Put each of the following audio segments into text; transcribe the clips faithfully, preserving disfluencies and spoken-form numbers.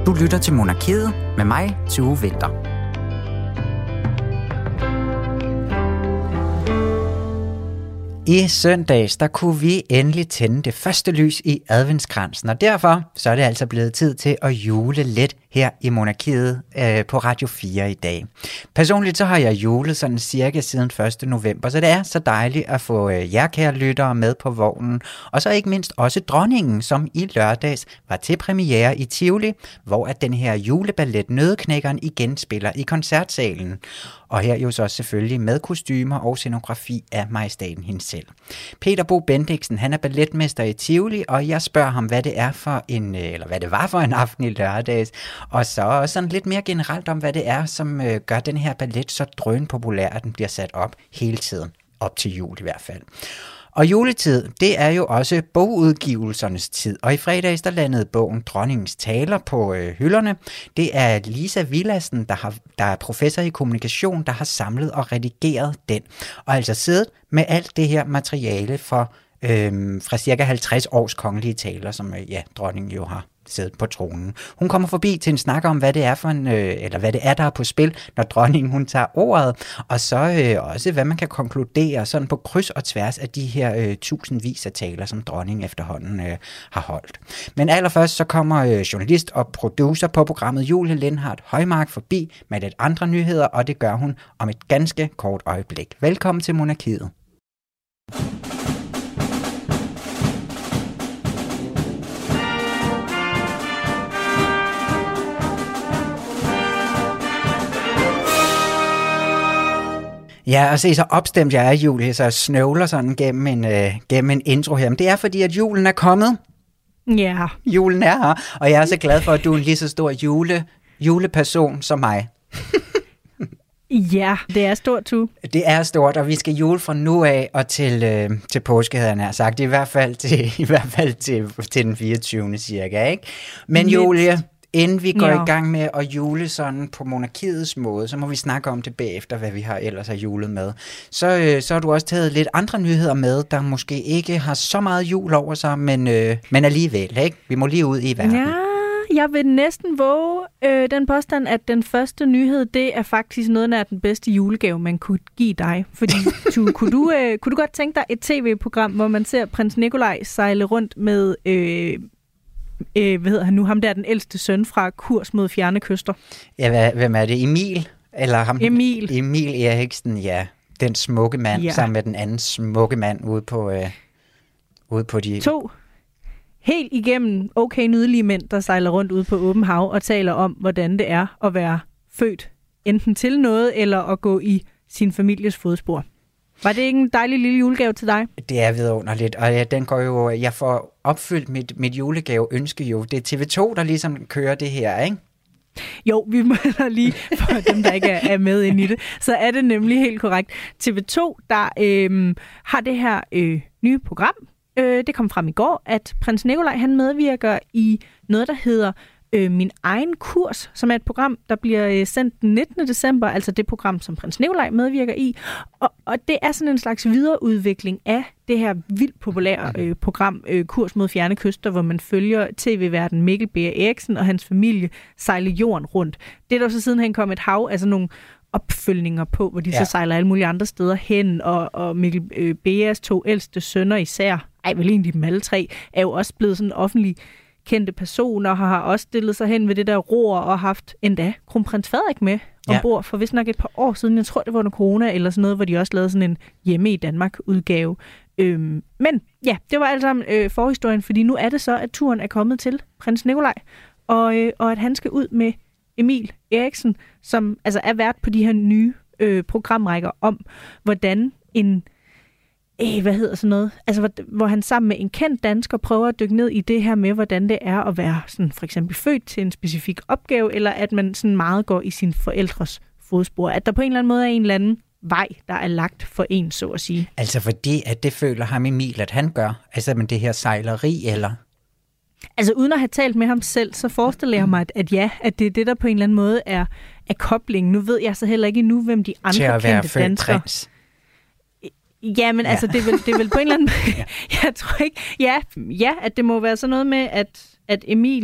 Du lytter til Monarkiet med mig, Tue Winther. I søndags, der kunne vi endelig tænde det første lys i adventskransen, og derfor så er det altså blevet tid til at jule lidt her i Monarkiet øh, på Radio fire i dag. Personligt så har jeg julet sådan cirka siden første november, så det er så dejligt at få øh, jer kære lyttere med på vognen, og så ikke mindst også dronningen, som i lørdags var til premiere i Tivoli, hvor at den her juleballet Nøddeknækkeren igen spiller i koncertsalen. Og her jo så selvfølgelig med kostymer og scenografi af majestaten hende selv. Peter Bo Bendiksen, han er balletmester i Tivoli, og jeg spørger ham, hvad det er for en, eller hvad det var for en aften i lørdags, og så også sådan lidt mere generelt om, hvad det er, som øh, gør den her ballet så drønpopulær, at den bliver sat op hele tiden, op til jul i hvert fald. Og juletid, det er jo også bogudgivelsernes tid, og i fredags der landede bogen Dronningens taler på øh, hylderne. Det er Lisa Villassen, der, har, der er professor i kommunikation, der har samlet og redigeret den, og altså siddet med alt det her materiale for, øh, fra cirka halvtreds års kongelige taler, som øh, ja, dronningen jo har siddet på tronen. Hun kommer forbi til en snak om, hvad det er for en, øh, eller hvad det er, der er på spil, når dronningen hun tager ordet, og så øh, også, hvad man kan konkludere sådan på kryds og tværs af de her øh, tusindvis af taler, som dronningen efterhånden øh, har holdt. Men allerførst så kommer øh, journalist og producer på programmet Julie Lindhardt Højmark forbi med lidt andre nyheder, og det gør hun om et ganske kort øjeblik. Velkommen til Monarkiet. Ja, og se så opstemt jeg er, Julie, så jeg snøvler sådan gennem en, øh, gennem en intro her. Men det er fordi, at julen er kommet. Ja. Yeah. Julen er her, og jeg er så glad for, at du er en lige så stor jule, juleperson som mig. Ja, det er stort, tu. Det er stort, og vi skal jule fra nu af og til, øh, til påske, havde jeg nær sagt. I hvert fald til, i hvert fald til, til den fireogtyvende cirka, ikke? Men Lidt. Julie, inden vi går ja. i gang med at jule sådan på monarkiets måde, så må vi snakke om det bagefter, hvad vi har ellers har julet med. Så, øh, så har du også taget lidt andre nyheder med, der måske ikke har så meget jul over sig, men, øh, men alligevel, ikke? Vi må lige ud i verden. Ja, jeg vil næsten våge øh, den påstand, at den første nyhed, det er faktisk noget af den bedste julegave, man kunne give dig. Fordi, du, kunne, du, øh, kunne du godt tænke dig et tv-program, hvor man ser prins Nikolaj sejle rundt med... Øh, Øh, hvad hedder han nu? Ham der er den ældste søn fra Kurs mod fjerne kyster. Ja, hvad, hvem er det? Emil? Eller ham? Emil. Emil Eriksen, ja. Den smukke mand, ja. Sammen med den anden smukke mand ude på, øh, ude på de... To helt igennem okay nydelige mænd, der sejler rundt ude på åben hav og taler om, hvordan det er at være født enten til noget, eller at gå i sin families fodspor. Var det ikke en dejlig lille julegave til dig? Det er vidunderligt, og ja, den går jo, jeg får opfyldt mit, mit julegave ønske jo. Det er T V to, der ligesom kører det her, ikke? Jo, vi må lige, for dem, der ikke er med ind i det, så er det nemlig helt korrekt. T V to, der øh, har det her øh, nye program. Øh, det kom frem i går, at prins Nikolaj, han medvirker i noget, der hedder Øh, Min egen kurs, som er et program, der bliver øh, sendt den nittende december, altså det program, som prins Nikolaj medvirker i. Og, og det er sådan en slags videreudvikling af det her vildt populære øh, program, øh, Kurs mod fjerne kyster, hvor man følger tv-værten Mikkel B. Eriksen og hans familie sejle jorden rundt. Det er der så sidenhen kom et hav, altså nogle opfølgninger på, hvor de ja. så sejler alle mulige andre steder hen, og, og Mikkel øh, Beas to ældste sønner især, ej vel egentlig dem alle tre, er jo også blevet sådan offentlig kendte personer, har også stillet sig hen ved det der ror og haft endda kronprins Frederik med ombord ja. for vist nok et par år siden. Jeg tror, det var under corona eller sådan noget, hvor de også lavede sådan en hjemme i Danmark udgave. Øhm, men ja, det var alt sammen øh, forhistorien, fordi nu er det så, at turen er kommet til prins Nikolaj, og, øh, og at han skal ud med Emil Eriksen, som altså er vært på de her nye øh, programrækker om, hvordan en Øh, hvad hedder sådan noget? Altså, hvor, hvor han sammen med en kendt dansker prøver at dykke ned i det her med, hvordan det er at være sådan, for eksempel født til en specifik opgave, eller at man sådan meget går i sin forældres fodspor. At der på en eller anden måde er en eller anden vej, der er lagt for en, så at sige. Altså fordi, at det føler ham Emil, at han gør? Altså, men det her sejleri, eller? Altså, uden at have talt med ham selv, så forestiller jeg mig, at, at ja, at det er det, der på en eller anden måde er, er koblingen. Nu ved jeg så heller ikke endnu, hvem de andre kendte danskere... Prins. Ja, men ja. altså, det er, vel, det er vel på en eller anden... ja. Jeg tror ikke... Ja, ja, at det må være sådan noget med, at, at Emil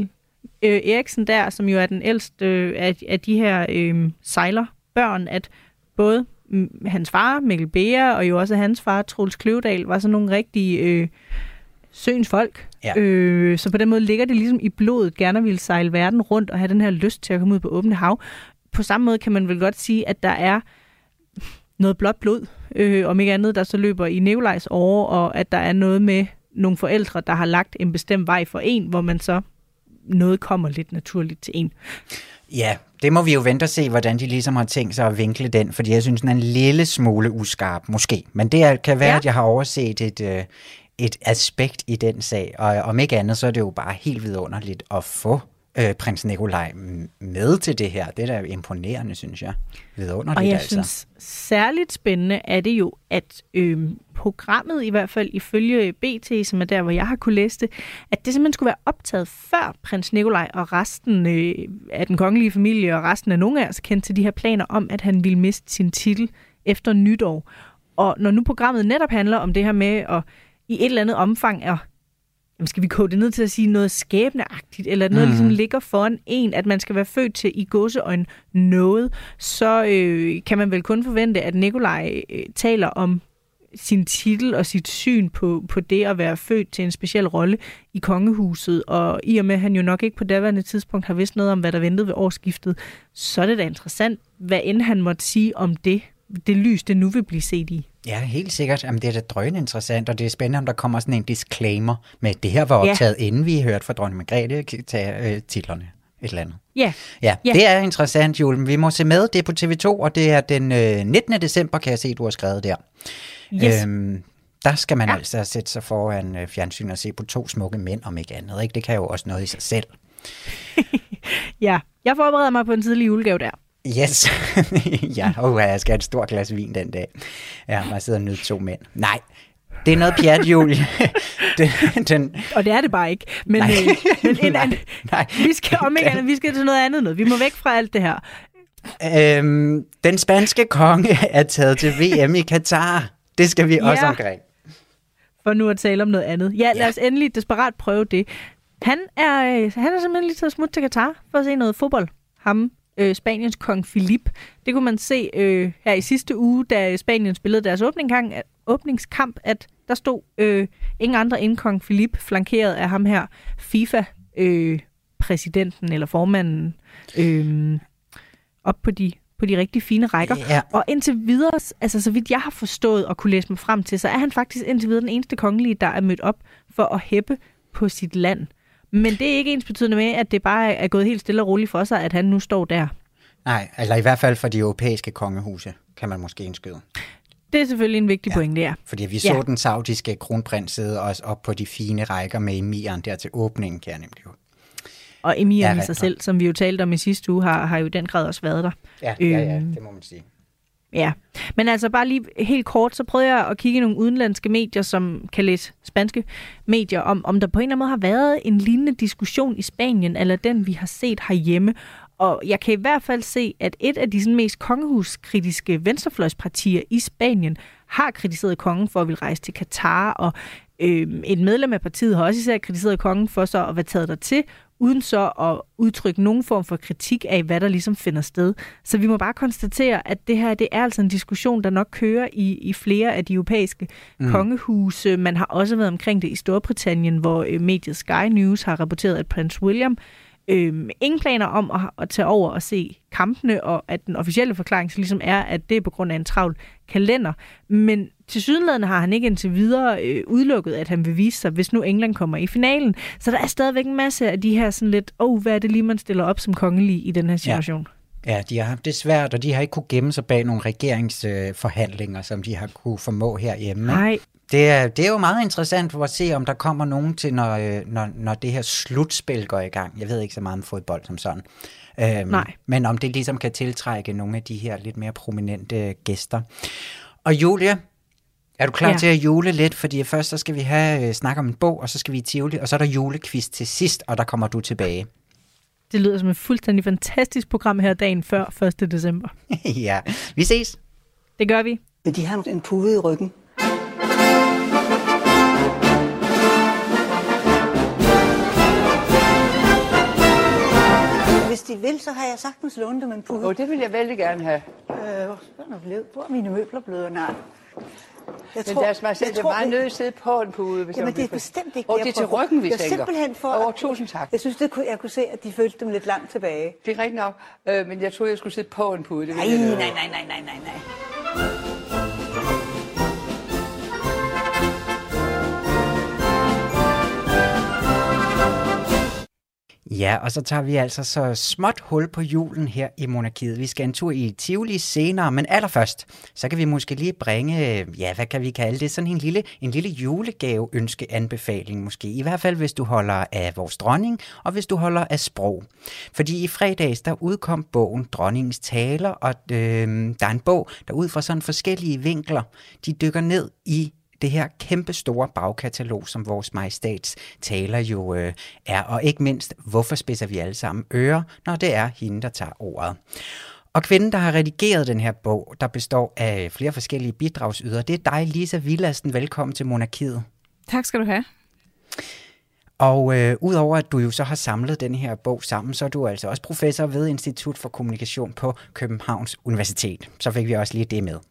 øh, Eriksen der, som jo er den ældste øh, af, af de her øh, sejlerbørn, at både mm, hans far, Mikkel Beer, og jo også hans far, Troels Kløvedal, var sådan nogle rigtige øh, søens folk. Ja. Øh, så på den måde ligger det ligesom i blodet, gerne ville sejle verden rundt og have den her lyst til at komme ud på åbne hav. På samme måde kan man vel godt sige, at der er noget blåt blod, øh, om ikke andet, der så løber i Nikolajs åre, og at der er noget med nogle forældre, der har lagt en bestemt vej for en, hvor man så noget kommer lidt naturligt til en. Ja, det må vi jo vente og se, hvordan de ligesom har tænkt sig at vinkle den, fordi jeg synes, den er en lille smule uskarp, måske. Men det kan være, ja. at jeg har overset et, øh, et aspekt i den sag, og om ikke andet, så er det jo bare helt vidunderligt at få øh, prins Nikolaj med til det her. Det er da imponerende, synes jeg. Vidunderligt, og jeg altså. synes, særligt spændende er det jo, at øh, programmet, i hvert fald ifølge B T, som er der, hvor jeg har kunne læse det, at det simpelthen skulle være optaget før prins Nikolaj og resten øh, af den kongelige familie og resten af nogle af os kendte til de her planer om, at han ville miste sin titel efter nytår. Og når nu programmet netop handler om det her med at i et eller andet omfang er, jamen skal vi kode det ned til at sige noget skæbneagtigt, eller noget, mm. ligesom ligger foran en, at man skal være født til i gåseøjne noget, så øh, kan man vel kun forvente, at Nikolaj øh, taler om sin titel og sit syn på, på det at være født til en speciel rolle i kongehuset, og i og med, at han jo nok ikke på daværende tidspunkt har vidst noget om, hvad der ventede ved årsskiftet, så er det da interessant, hvad end han måtte sige om det, det lys, det nu vil blive set i. Ja, helt sikkert. Jamen, det er da drønende interessant, og det er spændende, om der kommer sådan en disclaimer med, at det her var optaget, ja. inden vi hørte fra dronning Margrethe tage øh, titlerne. Et eller andet. Ja. Ja, ja. Det er interessant, Julen. Vi må se med. Det er på T V to, og det er den øh, nittende december, kan jeg se, du har skrevet der. Yes. Øhm, der skal man ja. altså sætte sig foran øh, fjernsyn og se på to smukke mænd, om ikke andet. Ikke? Det kan jo også noget i sig selv. Ja, jeg forbereder mig på en tidlig julegave der. Yes. Ja, oh, jeg skal have et stort glas vin den dag. Ja, man sidder og nyder to mænd. Nej, det er noget pjat, Julie. den, den... Og det er det bare ikke. Men, nej. Øh, men en anden, nej, vi skal om ikke andet, vi skal til noget andet noget. Vi må væk fra alt det her. Øhm, den spanske konge er taget til V M i Katar. Det skal vi ja. også omkring. For nu at tale om noget andet. Ja, lad os ja. endelig desperat prøve det. Han er, han er simpelthen lige taget smut til Katar for at se noget fodbold. Ham, øh, Spaniens kong Philip. Det kunne man se øh, her i sidste uge, da Spanien spillede deres åbningskamp, åbningskamp at der stod øh, ingen andre end kong Philip, flankeret af ham her, FIFA-præsidenten øh, eller formanden, øh, op på de, på de rigtig fine rækker. Ja. Og indtil videre, altså så vidt jeg har forstået og kunne læse mig frem til, så er han faktisk indtil videre den eneste kongelige, der er mødt op for at hæppe på sit land. Men det er ikke ensbetydende med, at det bare er gået helt stille og roligt for sig, at han nu står der. Nej, eller i hvert fald for de europæiske kongehuse, kan man måske indskyde. Det er selvfølgelig en vigtig ja, pointe, ja. Fordi vi så ja. den saudiske kronprins sidde også op på de fine rækker med emiren der til åbningen, kan jeg nemlig jo. Og emiren ja, i sig selv, som vi jo talte om i sidste uge, har, har jo i den grad også været der. Ja, øhm, ja, ja, det må man sige. Ja, men altså bare lige helt kort, så prøvede jeg at kigge i nogle udenlandske medier, som kan læse spanske medier, om, om der på en eller anden måde har været en lignende diskussion i Spanien, eller den vi har set herhjemme. Og jeg kan i hvert fald se, at et af de sådan, mest kongehuskritiske venstrefløjspartier i Spanien har kritiseret kongen for at ville rejse til Katar, og øh, et medlem af partiet har også især kritiseret kongen for så at være taget dertil, uden så at udtrykke nogen form for kritik af, hvad der ligesom finder sted. Så vi må bare konstatere, at det her det er altså en diskussion, der nok kører i, i flere af de europæiske mm. kongehuse. Man har også været omkring det i Storbritannien, hvor øh, mediet Sky News har rapporteret, at prins William øh, ingen planer om at, at tage over og se kampene, og at den officielle forklaring så ligesom er, at det er på grund af en travl kalender. Men tilsyneladende har han ikke indtil videre øh, udelukket, at han vil vise sig, hvis nu England kommer i finalen. Så der er stadigvæk en masse af de her sådan lidt, åh, oh, hvad er det lige, man stiller op som kongelig i den her situation? Ja, ja, de har haft det svært, og de har ikke kunne gemme sig bag nogle regeringsforhandlinger, øh, som de har kunne formå herhjemme. Nej. Det er, det er jo meget interessant for at se, om der kommer nogen til, når, når, når det her slutspil går i gang. Jeg ved ikke så meget om fodbold som sådan. Øhm, Nej. Men om det ligesom kan tiltrække nogle af de her lidt mere prominente gæster. Og Julia, er du klar ja. til at jule lidt? Fordi først så skal vi have øh, snak om en bog, og så skal vi i Tivoli, og så er der julequiz til sidst, og der kommer du tilbage. Det lyder som et fuldstændig fantastisk program her dagen før første december. Ja, vi ses. Det gør vi. De har en pude i ryggen. de vil, så har jeg sagtens lånt dem en pude. Oh, det vil jeg vældig gerne have. Øh, hvor er blevet? Hvor er mine møbler blevet? Nej. Jeg men tror, deres majestæt, det er meget nødt til at sidde på en pude. Hvis jamen, det er bestemt ikke oh, det er til ryggen, vi jeg tænker. Simpelthen for... Åh, oh, tusind tak. Jeg synes, det kunne, jeg kunne se, at de følte dem lidt langt tilbage. Det er rigtigt nok, øh, men jeg troede, jeg skulle sidde på en pude. Det nej, jeg, nej, nej, nej, nej, nej, nej. Ja, og så tager vi altså så småt hul på julen her i Monarkiet. Vi skal en tur i Tivoli senere, men allerførst, så kan vi måske lige bringe, ja, hvad kan vi kalde det, sådan en lille, en lille julegave-ønskeanbefaling måske. I hvert fald, hvis du holder af vores dronning, og hvis du holder af sprog. Fordi i fredags, der udkom bogen Dronningens taler, og øh, der er en bog, der ud fra sådan forskellige vinkler, de dykker ned i det her kæmpe store bagkatalog, som vores majestats taler jo øh, er, og ikke mindst, hvorfor spidser vi alle sammen ører, når det er hende, der tager ordet. Og kvinden, der har redigeret den her bog, der består af flere forskellige bidragsydere, det er dig, Lisa Villadsen. Velkommen til Monarkiet. Tak skal du have. Og øh, udover at du jo så har samlet den her bog sammen, så er du altså også professor ved Institut for Kommunikation på Københavns Universitet. Så fik vi også lige det med.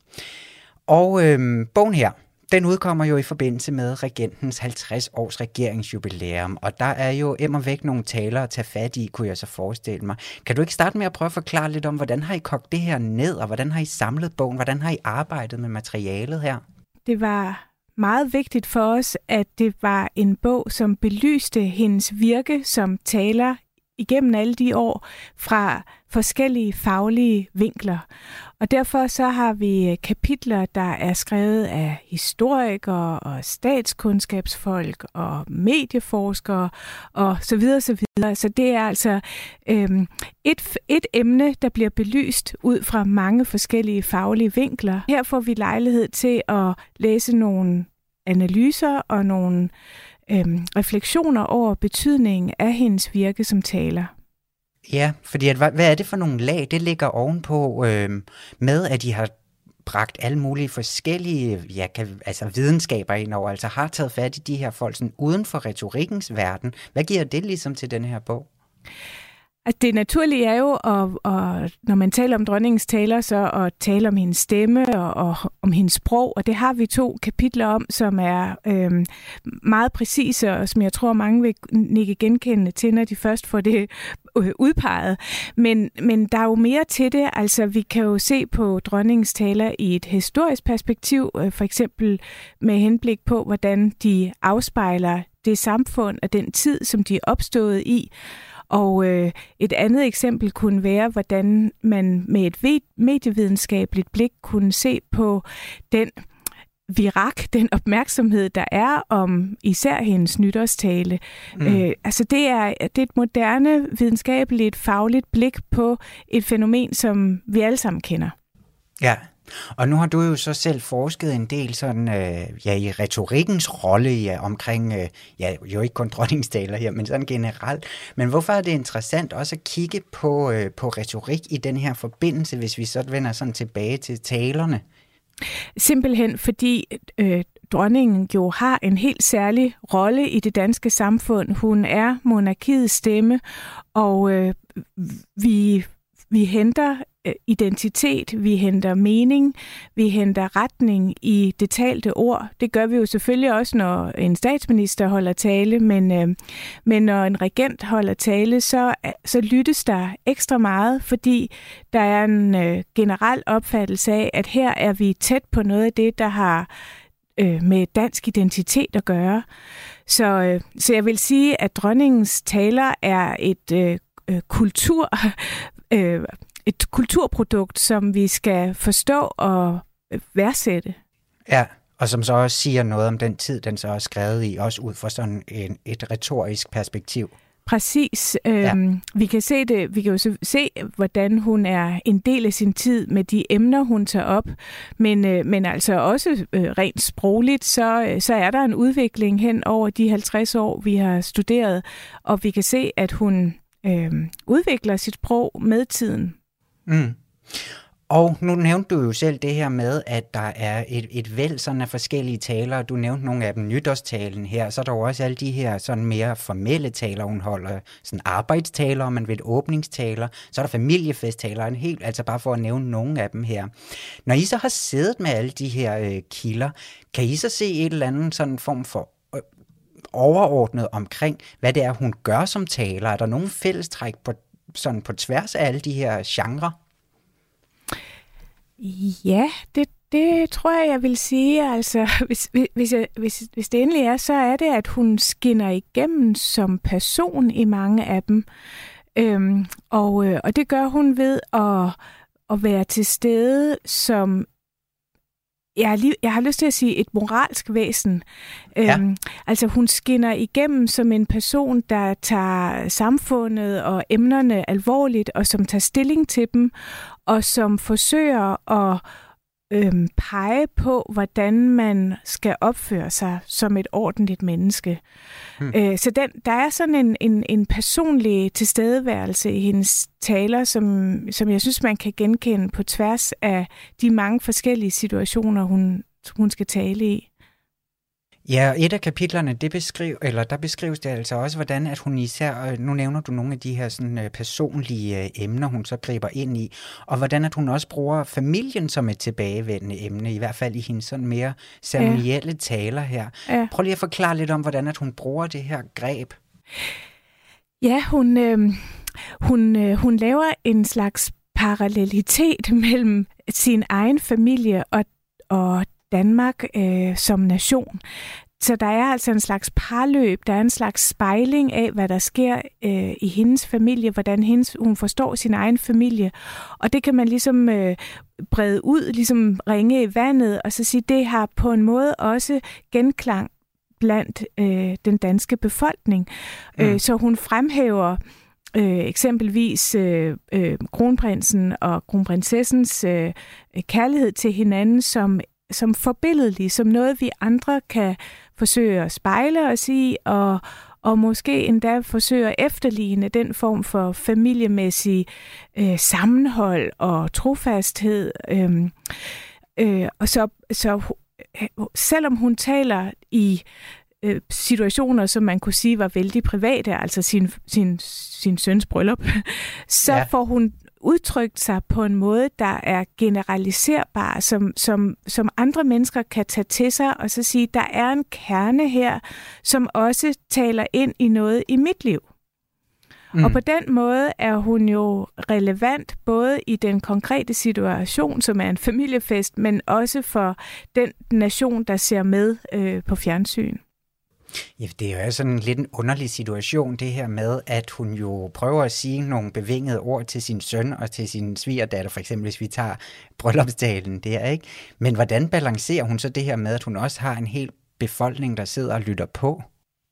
Og øh, bogen her, den udkommer jo i forbindelse med regentens halvtreds års regeringsjubilæum, og der er jo immervæk nogle taler at tage fat i, kunne jeg så forestille mig. Kan du ikke starte med at prøve at forklare lidt om, hvordan har I kogt det her ned, og hvordan har I samlet bogen, hvordan har I arbejdet med materialet her? Det var meget vigtigt for os, at det var en bog, som belyste hendes virke som taler igennem alle de år fra forskellige faglige vinkler. Og derfor så har vi kapitler, der er skrevet af historikere og statskundskabsfolk og medieforskere og så videre, så videre. Så det er altså øhm, et, et emne, der bliver belyst ud fra mange forskellige faglige vinkler. Her får vi lejlighed til at læse nogle analyser og nogle øhm, refleksioner over betydningen af hendes virke som taler. Ja, fordi at, hvad, hvad er det for nogle lag, det ligger ovenpå øh, med, at de har bragt alle mulige forskellige ja, kan, altså videnskaber ind over, altså har taget fat i de her folk sådan uden for retorikkens verden. Hvad giver det ligesom til denne her bog? At det naturlige er jo, at, at, når man taler om dronningens taler, så at tale om hendes stemme og, og om hendes sprog. Og det har vi to kapitler om, som er øhm, meget præcise, og som jeg tror, mange vil nikke genkendende til, når de først får det øh, udpeget. Men, men der er jo mere til det. Altså, vi kan jo se på dronningens taler i et historisk perspektiv, øh, for eksempel med henblik på, hvordan de afspejler det samfund og den tid, som de er opstået i. Og øh, et andet eksempel kunne være, hvordan man med et medievidenskabeligt blik kunne se på den virak, den opmærksomhed, der er om især hendes nytårstale. Mm. Øh, altså det er, det er et moderne, videnskabeligt, fagligt blik på et fænomen, som vi alle sammen kender. Ja, og nu har du jo så selv forsket en del sådan, øh, ja, i retorikkens rolle ja, omkring, øh, ja, jo ikke kun dronningens taler her, men sådan generelt. Men hvorfor er det interessant også at kigge på, øh, på retorik i den her forbindelse, hvis vi så vender sådan tilbage til talerne? Simpelthen fordi øh, dronningen jo har en helt særlig rolle i det danske samfund. Hun er monarkiets stemme, og øh, vi, vi henter identitet, vi henter mening, vi henter retning i det talte ord. Det gør vi jo selvfølgelig også, når en statsminister holder tale, men, øh, men når en regent holder tale, så, så lyttes der ekstra meget, fordi der er en øh, generel opfattelse af, at her er vi tæt på noget af det, der har øh, med dansk identitet at gøre. Så, øh, så jeg vil sige, at dronningens taler er et øh, kultur... Øh, et kulturprodukt, som vi skal forstå og værdsætte. Ja, og som så også siger noget om den tid, den så er skrevet i, også ud fra sådan en, et retorisk perspektiv. Præcis. Øhm, ja. Vi kan se det. Vi kan jo så se, hvordan hun er en del af sin tid med de emner, hun tager op. Men, øh, men altså også øh, rent sprogligt, så, øh, så er der en udvikling hen over de halvtreds år, vi har studeret. Og vi kan se, at hun øh, udvikler sit sprog med tiden. Mm. Og nu nævnte du jo selv det her med, at der er et, et væld sådan af forskellige taler. Du nævnte nogle af dem, nytårstalen her. Så er der jo også alle de her sådan mere formelle taler, hun holder. Sådan arbejdstaler, man ved åbningstaler. Så er der familiefesttaler, en helt, altså bare for at nævne nogle af dem her. Når I så har siddet med alle de her øh, kilder, kan I så se et eller andet sådan form for øh, overordnet omkring, hvad det er, hun gør som taler? Er der nogen fællestræk på, sådan på tværs af alle de her genrer? Ja, det, det tror jeg, jeg vil sige. Altså, hvis, hvis, jeg, hvis, hvis det endelig er, så er det, at hun skinner igennem som person i mange af dem. Øhm, og, og det gør hun ved at, at være til stede som, jeg har, lige, jeg har lyst til at sige, et moralsk væsen. Ja. Øhm, altså, hun skinner igennem som en person, der tager samfundet og emnerne alvorligt, og som tager stilling til dem, og som forsøger at øhm, pege på, hvordan man skal opføre sig som et ordentligt menneske. Hmm. Øh, så den, der er sådan en, en, en personlig tilstedeværelse i hendes taler, som, som jeg synes, man kan genkende på tværs af de mange forskellige situationer, hun, hun skal tale i. Ja, et af kapitlerne, det beskriver, eller der beskrives det altså også, hvordan at hun især, nu nævner du nogle af de her sådan, personlige emner, hun så griber ind i, og hvordan at hun også bruger familien som et tilbagevendende emne, i hvert fald i hendes sådan mere ceremonielle ja. taler her. Ja. Prøv lige at forklare lidt om, hvordan at hun bruger det her greb. Ja, hun, øh, hun, øh, hun laver en slags parallelitet mellem sin egen familie og, og Danmark øh, som nation. Så der er altså en slags parløb, der er en slags spejling af, hvad der sker øh, i hendes familie, hvordan hendes, hun forstår sin egen familie. Og det kan man ligesom øh, brede ud, ligesom ringe i vandet, og så sige, det har på en måde også genklang blandt øh, den danske befolkning. Mm. Øh, så hun fremhæver Øh, eksempelvis øh, øh, kronprinsen og kronprinsessens øh, kærlighed til hinanden som som forbilledlig, som noget, vi andre kan forsøge at spejle os i, og, og måske endda forsøge at efterligne den form for familiemæssig øh, sammenhold og trofasthed. Øh, øh, og så, så selvom hun taler i øh, situationer, som man kunne sige var vældig private, altså sin, sin, sin søns bryllup, så ja. får hun udtrykt sig på en måde, der er generaliserbar, som, som, som andre mennesker kan tage til sig, og så sige, der er en kerne her, som også taler ind i noget i mit liv. Mm. Og på den måde er hun jo relevant, både i den konkrete situation, som er en familiefest, men også for den nation, der ser med øh, på fjernsyn. Ja, det er jo sådan en lidt en underlig situation, det her med, at hun jo prøver at sige nogle bevingede ord til sin søn og til sin svigerdatter, for eksempel hvis vi tager bryllupstalen der, ikke? Men hvordan balancerer hun så det her med, at hun også har en hel befolkning, der sidder og lytter på?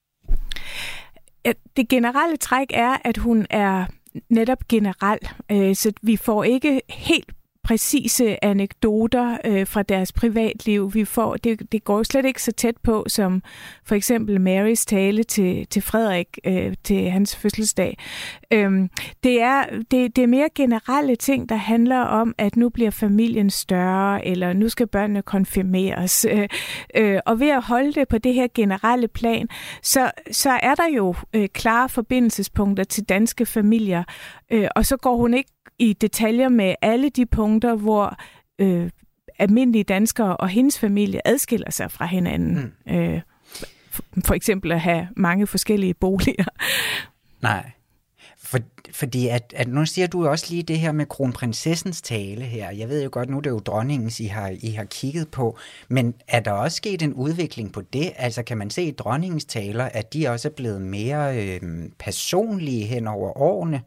Det generelle træk er, at hun er netop generel, så vi får ikke helt præcise anekdoter øh, fra deres privatliv. Vi får, det, det går slet ikke så tæt på, som for eksempel Marys tale til, til Frederik øh, til hans fødselsdag. Øhm, det, er, det, det er mere generelle ting, der handler om, at nu bliver familien større, eller nu skal børnene konfirmeres. Øh, øh, og ved at holde det på det her generelle plan, så, så er der jo øh, klare forbindelsespunkter til danske familier, øh, og så går hun ikke i detaljer med alle de punkter, hvor øh, almindelige danskere og hendes familie adskiller sig fra hinanden. Mm. Øh, for, for eksempel at have mange forskellige boliger. Nej, for, fordi at, at nu siger du også lige det her med kronprinsessens tale her. Jeg ved jo godt, nu er det jo dronningens, I har, I har kigget på, men er der også sket en udvikling på det? Altså kan man se i dronningens taler, at de også er blevet mere øh, personlige hen over årene?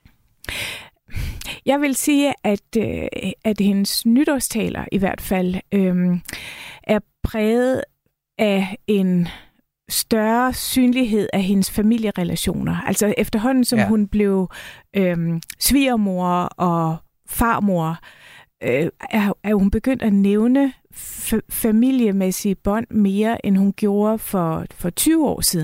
Jeg vil sige, at, øh, at hendes nytårstaler i hvert fald øh, er præget af en større synlighed af hendes familierelationer. Altså efterhånden, som ja. hun blev øh, svigermor og farmor, øh, er, er hun begyndt at nævne f- familiemæssige bånd mere, end hun gjorde for, for tyve år siden.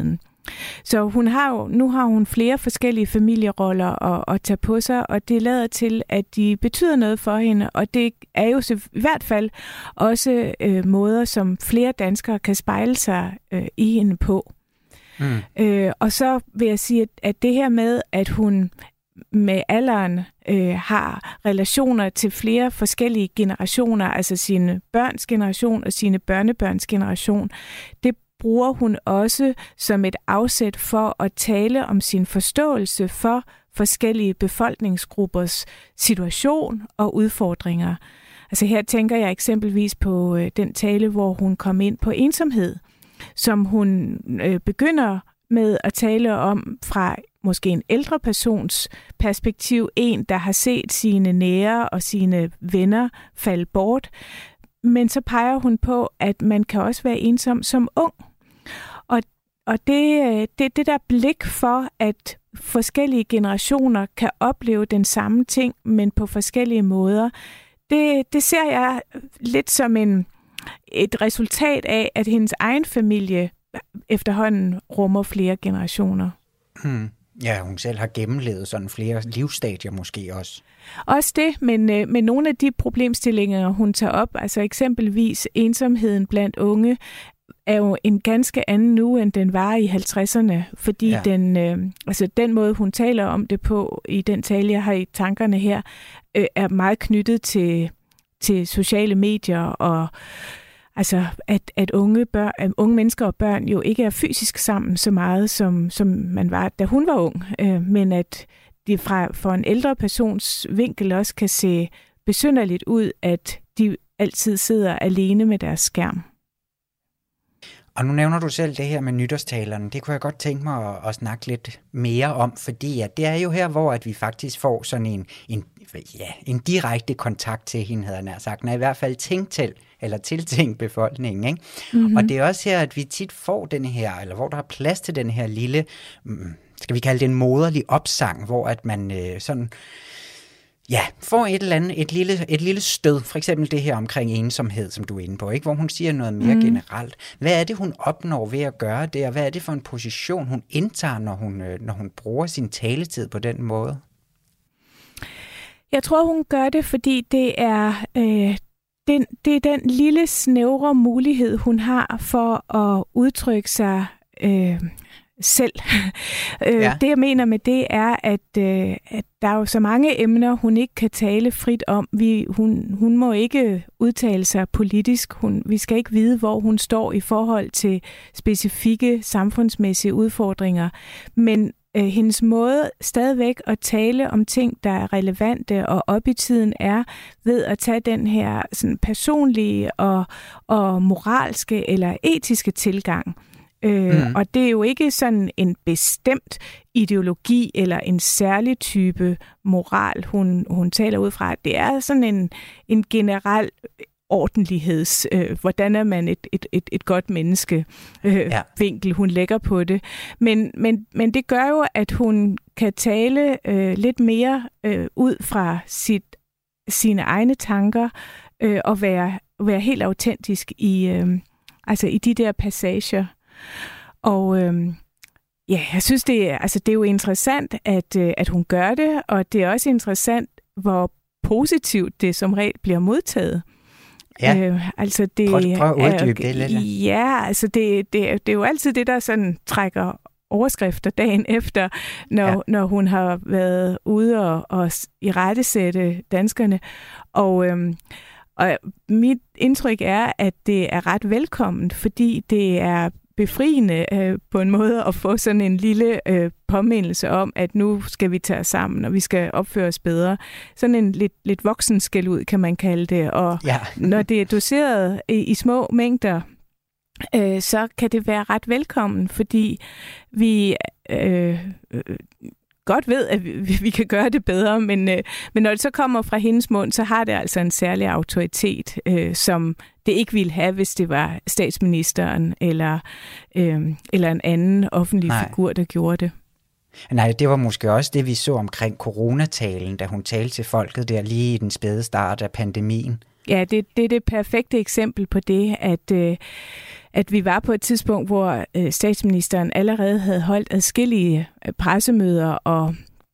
Så hun har jo, nu har hun flere forskellige familieroller at, at tage på sig, og det lader til, at de betyder noget for hende, og det er jo i hvert fald også øh, måder, som flere danskere kan spejle sig øh, i hende på. Mm. Øh, og så vil jeg sige, at, at det her med, at hun med alderen øh, har relationer til flere forskellige generationer, altså sine børns generation og sine børnebørns generation, det bruger hun også som et afsæt for at tale om sin forståelse for forskellige befolkningsgruppers situation og udfordringer. Altså her tænker jeg eksempelvis på øh, den tale, hvor hun kom ind på ensomhed, som hun øh, begynder med at tale om fra måske en ældre persons perspektiv, en, der har set sine nære og sine venner falde bort. Men så peger hun på, at man kan også være ensom som ung. Og, og det, det, det der blik for, at forskellige generationer kan opleve den samme ting, men på forskellige måder, det, det ser jeg lidt som en, et resultat af, at hendes egen familie efterhånden rummer flere generationer. Hmm. Ja, hun selv har gennemlevet sådan flere livsstadier måske også. Også det, men, men nogle af de problemstillinger, hun tager op, altså eksempelvis ensomheden blandt unge, er jo en ganske anden nu, end den var i halvtredserne, fordi ja. den, øh, altså den måde, hun taler om det på, i den tale, jeg har i tankerne her, øh, er meget knyttet til, til sociale medier og altså, at, at unge, børn, at unge mennesker og børn jo ikke er fysisk sammen så meget, som, som man var, da hun var ung, øh, men at det fra for en ældre persons vinkel også kan se besynderligt ud, at de altid sidder alene med deres skærm. Og nu nævner du selv det her med nytårstalerne. Det kunne jeg godt tænke mig at, at snakke lidt mere om, fordi at det er jo her, hvor at vi faktisk får sådan en, en, ja, en direkte kontakt til hende, havde jeg nær sagt, når i hvert fald tænkt til, eller tiltænkt befolkningen. Ikke? Mm-hmm. Og det er også her, at vi tit får den her, eller hvor der er plads til den her lille, skal vi kalde det en moderlig opsang, hvor at man øh, sådan... Ja, får et eller andet, et lille, et lille stød, for eksempel det her omkring ensomhed, som du er inde på, ikke? Hvor hun siger noget mere mm. generelt. Hvad er det, hun opnår ved at gøre det, og hvad er det for en position, hun indtager, når hun, når hun bruger sin taletid på den måde? Jeg tror, hun gør det, fordi det er, øh, den, det er den lille snævre mulighed, hun har for at udtrykke sig øh, selv. Ja. Det, jeg mener med det, er, at, øh, at der er jo så mange emner, hun ikke kan tale frit om. Vi, hun, hun må ikke udtale sig politisk. Hun, vi skal ikke vide, hvor hun står i forhold til specifikke samfundsmæssige udfordringer. Men øh, hendes måde stadigvæk at tale om ting, der er relevante og op i tiden, er ved at tage den her sådan, personlige og, og moralske eller etiske tilgang. Øh, mm. Og det er jo ikke sådan en bestemt ideologi eller en særlig type moral, hun, hun taler ud fra. Det er sådan en, en generel ordentligheds, øh, hvordan er man et, et, et, et godt menneske øh, ja. vinkel, hun lægger på det. Men, men, men det gør jo, at hun kan tale øh, lidt mere øh, ud fra sit, sine egne tanker øh, og være, være helt autentisk i, øh, altså i de der passager. Og øhm, ja, jeg synes, det er, altså, det er jo interessant, at, øh, at hun gør det, og det er også interessant, hvor positivt det som regel bliver modtaget. Ja, øh, altså det, prøv, prøv at uddybe det lidt. Ja, altså det, det, det er jo altid det, der sådan trækker overskrifter dagen efter, når, ja. når hun har været ude og, og irettesætte danskerne. Og... Øhm, Og mit indtryk er, at det er ret velkomment, fordi det er befriende øh, på en måde at få sådan en lille øh, påmindelse om, at nu skal vi tage os sammen, og vi skal opføre os bedre. Sådan en lidt, lidt voksen skældud, kan man kalde det. Og ja. når det er doseret i, i små mængder, øh, så kan det være ret velkommen, fordi vi... Øh, øh, godt ved, at vi, vi kan gøre det bedre, men, øh, men når det så kommer fra hendes mund, så har det altså en særlig autoritet, øh, som det ikke ville have, hvis det var statsministeren eller, øh, eller en anden offentlig Nej. figur, der gjorde det. Nej, det var måske også det, vi så omkring coronatalen, da hun talte til folket der lige i den spæde start af pandemien. Ja, det, det er det perfekte eksempel på det, at, øh, at vi var på et tidspunkt, hvor øh, statsministeren allerede havde holdt adskillige øh, pressemøder, og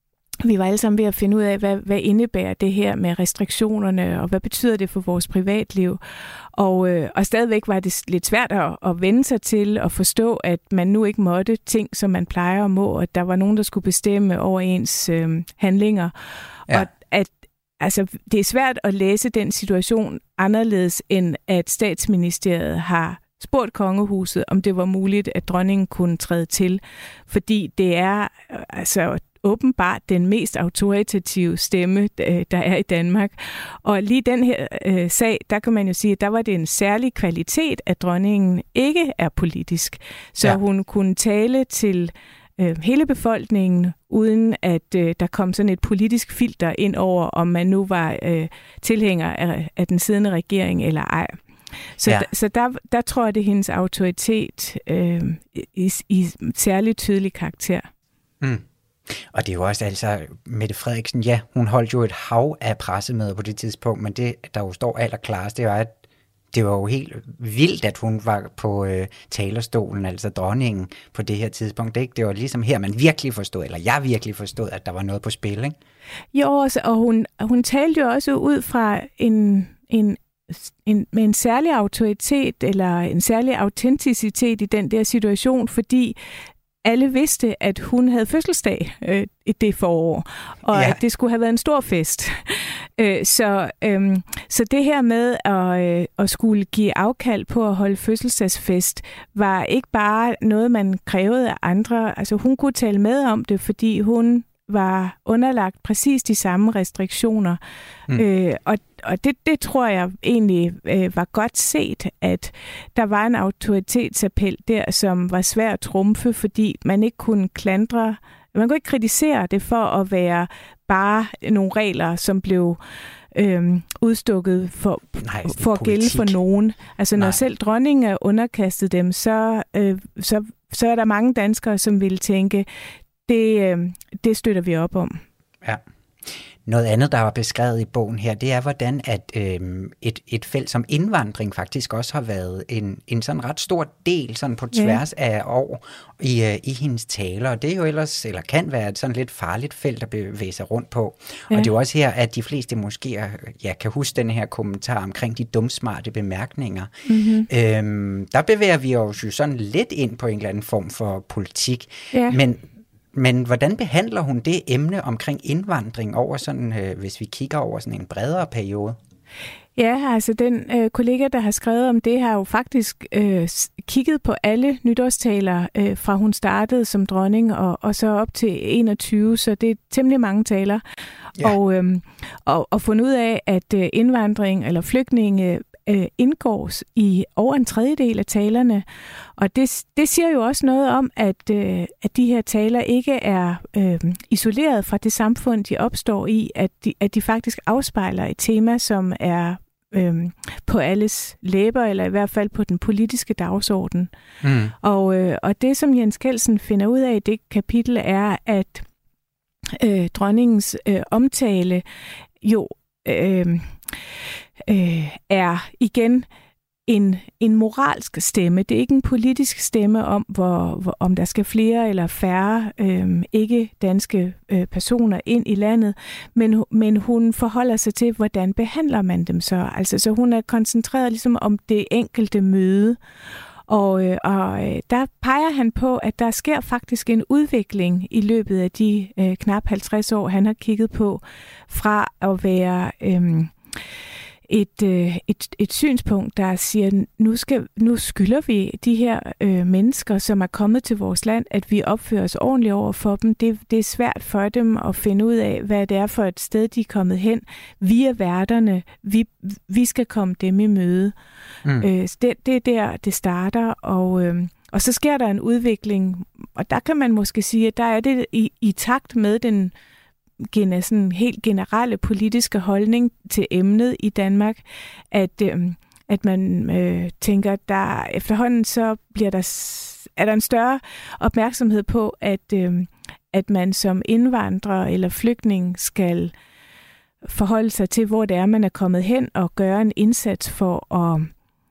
vi var alle sammen ved at finde ud af, hvad, hvad indebærer det her med restriktionerne, og hvad betyder det for vores privatliv. Og, øh, og stadigvæk var det lidt svært at, at vende sig til og forstå, at man nu ikke måtte ting, som man plejer at må, og at der var nogen, der skulle bestemme over ens øh, handlinger. Ja. Og at altså, det er svært at læse den situation anderledes, end at statsministeriet har spurgt kongehuset, om det var muligt, at dronningen kunne træde til. Fordi det er altså åbenbart den mest autoritative stemme, der er i Danmark. Og lige den her øh, sag, der kan man jo sige, at der var det en særlig kvalitet, at dronningen ikke er politisk. Så ja. Hun kunne tale til øh, hele befolkningen, uden at øh, der kom sådan et politisk filter ind over, om man nu var øh, tilhænger af, af den siddende regering eller ej. Så, ja. d- så der, der tror jeg, det er hendes autoritet øh, i, i særlig tydelig karakter. Mm. Og det er jo også altså, Mette Frederiksen, ja, hun holdt jo et hav af pressemøder på det tidspunkt, men det, der jo står allerklarest, det var, at det var jo helt vildt, at hun var på øh, talerstolen, altså dronningen, på det her tidspunkt. Ikke? Det var ligesom her, man virkelig forstod, eller jeg virkelig forstod, at der var noget på spil, ikke? Jo, og hun, hun talte jo også ud fra en, en, en, med en særlig autoritet, eller en særlig autenticitet i den der situation, fordi alle vidste, at hun havde fødselsdag øh, i det forår, og ja. At det skulle have været en stor fest. øh, så, øh, så det her med at, øh, at skulle give afkald på at holde fødselsdagsfest, var ikke bare noget, man krævede af andre. Altså hun kunne tale med om det, fordi hun var underlagt præcis de samme restriktioner. Mm. Øh, og og det, det tror jeg egentlig øh, var godt set, at der var en autoritetsappel der, som var svær at trumfe, fordi man ikke kunne klandre, man kunne ikke kritisere det for at være bare nogle regler, som blev øh, udstukket for, Nej, for at gælde for nogen. Altså når Nej. Selv dronningen er underkastet dem, så, øh, så, så er der mange danskere, som vil tænke, det, øh, det støtter vi op om. Ja. Noget andet, der var beskrevet i bogen her, det er, hvordan at øhm, et, et felt som indvandring faktisk også har været en, en sådan ret stor del sådan på tværs ja. Af år i, øh, i hendes taler. Og det er jo ellers, eller kan være et sådan lidt farligt felt at bevæge sig rundt på. Ja. Og det er jo også her, at de fleste måske ja, kan huske den her kommentar omkring de dumsmarte bemærkninger. Mm-hmm. Øhm, der bevæger vi os jo sådan lidt ind på en eller anden form for politik. Ja. Men Men hvordan behandler hun det emne omkring indvandring over sådan, øh, hvis vi kigger over sådan en bredere periode? Ja, altså den øh, kollega, der har skrevet om det, har jo faktisk øh, kigget på alle nytårstaler, øh, fra hun startede som dronning og, og så op til enogtyve, så det er temmelig mange taler. Ja. Og, øh, og, og fundet ud af, at øh, indvandring eller flygtninge øh, indgår i over en tredjedel af talerne. Og det, det siger jo også noget om, at, øh, at de her taler ikke er øh, isoleret fra det samfund, de opstår i, at de, at de faktisk afspejler et tema, som er øh, på alles læber, eller i hvert fald på den politiske dagsorden. Mm. Og, øh, og det, som Jens Kelsen finder ud af i det kapitel, er, at øh, dronningens øh, omtale jo øh, øh, er igen en, en moralsk stemme. Det er ikke en politisk stemme om, hvor, hvor, om der skal flere eller færre øh, ikke-danske øh, personer ind i landet, men, men hun forholder sig til, hvordan behandler man dem så. Altså, så hun er koncentreret ligesom om det enkelte møde. Og, øh, og øh, der peger han på, at der sker faktisk en udvikling i løbet af de øh, knap halvtreds år, han har kigget på, fra at være øh, et, øh, et, et synspunkt, der siger, nu, skal, nu skylder vi de her øh, mennesker, som er kommet til vores land, at vi opfører os ordentligt over for dem. Det, det er svært for dem at finde ud af, hvad det er for et sted, de er kommet hen. Vi er værterne. Vi, vi skal komme dem i møde. Mm. Øh, det, det er der, det starter, og, øh, og så sker der en udvikling, og der kan man måske sige, at der er det i, i takt med den sådan helt generelle politiske holdning til emnet i Danmark, at, øh, at man øh, tænker, at der efterhånden så bliver der, er der en større opmærksomhed på, at, øh, at man som indvandrer eller flygtning skal forholde sig til, hvor det er, man er kommet hen, og gøre en indsats for at,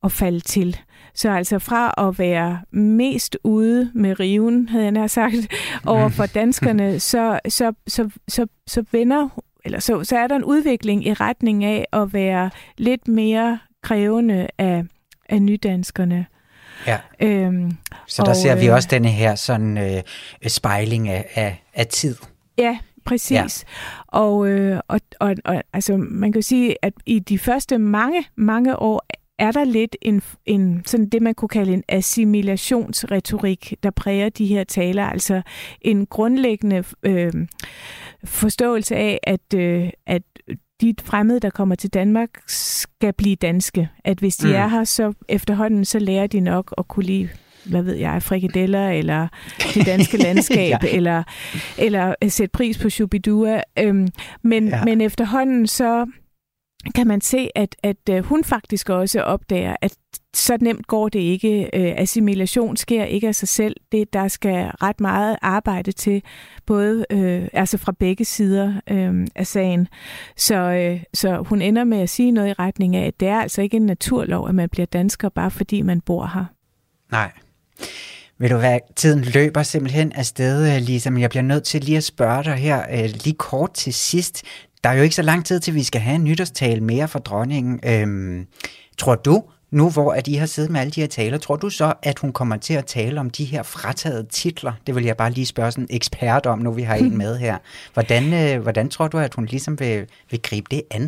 at falde til. Så altså fra at være mest ude med riven, havde jeg nær sagt, over for danskerne, så, så, så, så, så vender, eller så, så er der en udvikling i retning af at være lidt mere krævende af, af nydanskerne. Ja. Øhm, så der og, ser vi øh, også denne her sådan øh, spejling af, af, af tid. Ja, præcis. Ja. Og, øh, og, og, og altså, man kan jo sige, at i de første mange, mange år er der lidt en, en sådan det, man kunne kalde en assimilationsretorik, der præger de her taler. Altså en grundlæggende øh, forståelse af, at, øh, at de fremmede, der kommer til Danmark, skal blive danske. At hvis de mm. er her, så efterhånden, så lærer de nok at kunne lide, hvad ved jeg, frikadeller, eller det danske landskab, ja. eller, eller sætte pris på Shubidua. Øhm, men, ja. men efterhånden, så kan man se, at, at hun faktisk også opdager, at så nemt går det ikke. Assimilation sker ikke af sig selv. Det, der skal ret meget arbejde til, både øh, altså fra begge sider øh, af sagen. Så, øh, så hun ender med at sige noget i retning af, at det er altså ikke en naturlov, at man bliver dansker, bare fordi man bor her. Nej. Vil du være, tiden løber simpelthen afsted, Lisa, men jeg bliver nødt til lige at spørge dig her lige kort til sidst. Der er jo ikke så lang tid til, vi skal have en nytårstale mere for dronningen. Øhm, tror du, nu hvor at I har siddet med alle de her taler, tror du så, at hun kommer til at tale om de her fratagede titler? Det vil jeg bare lige spørge sådan en ekspert om, nu vi har en med her. Hvordan, øh, hvordan tror du, at hun ligesom vil, vil gribe det an?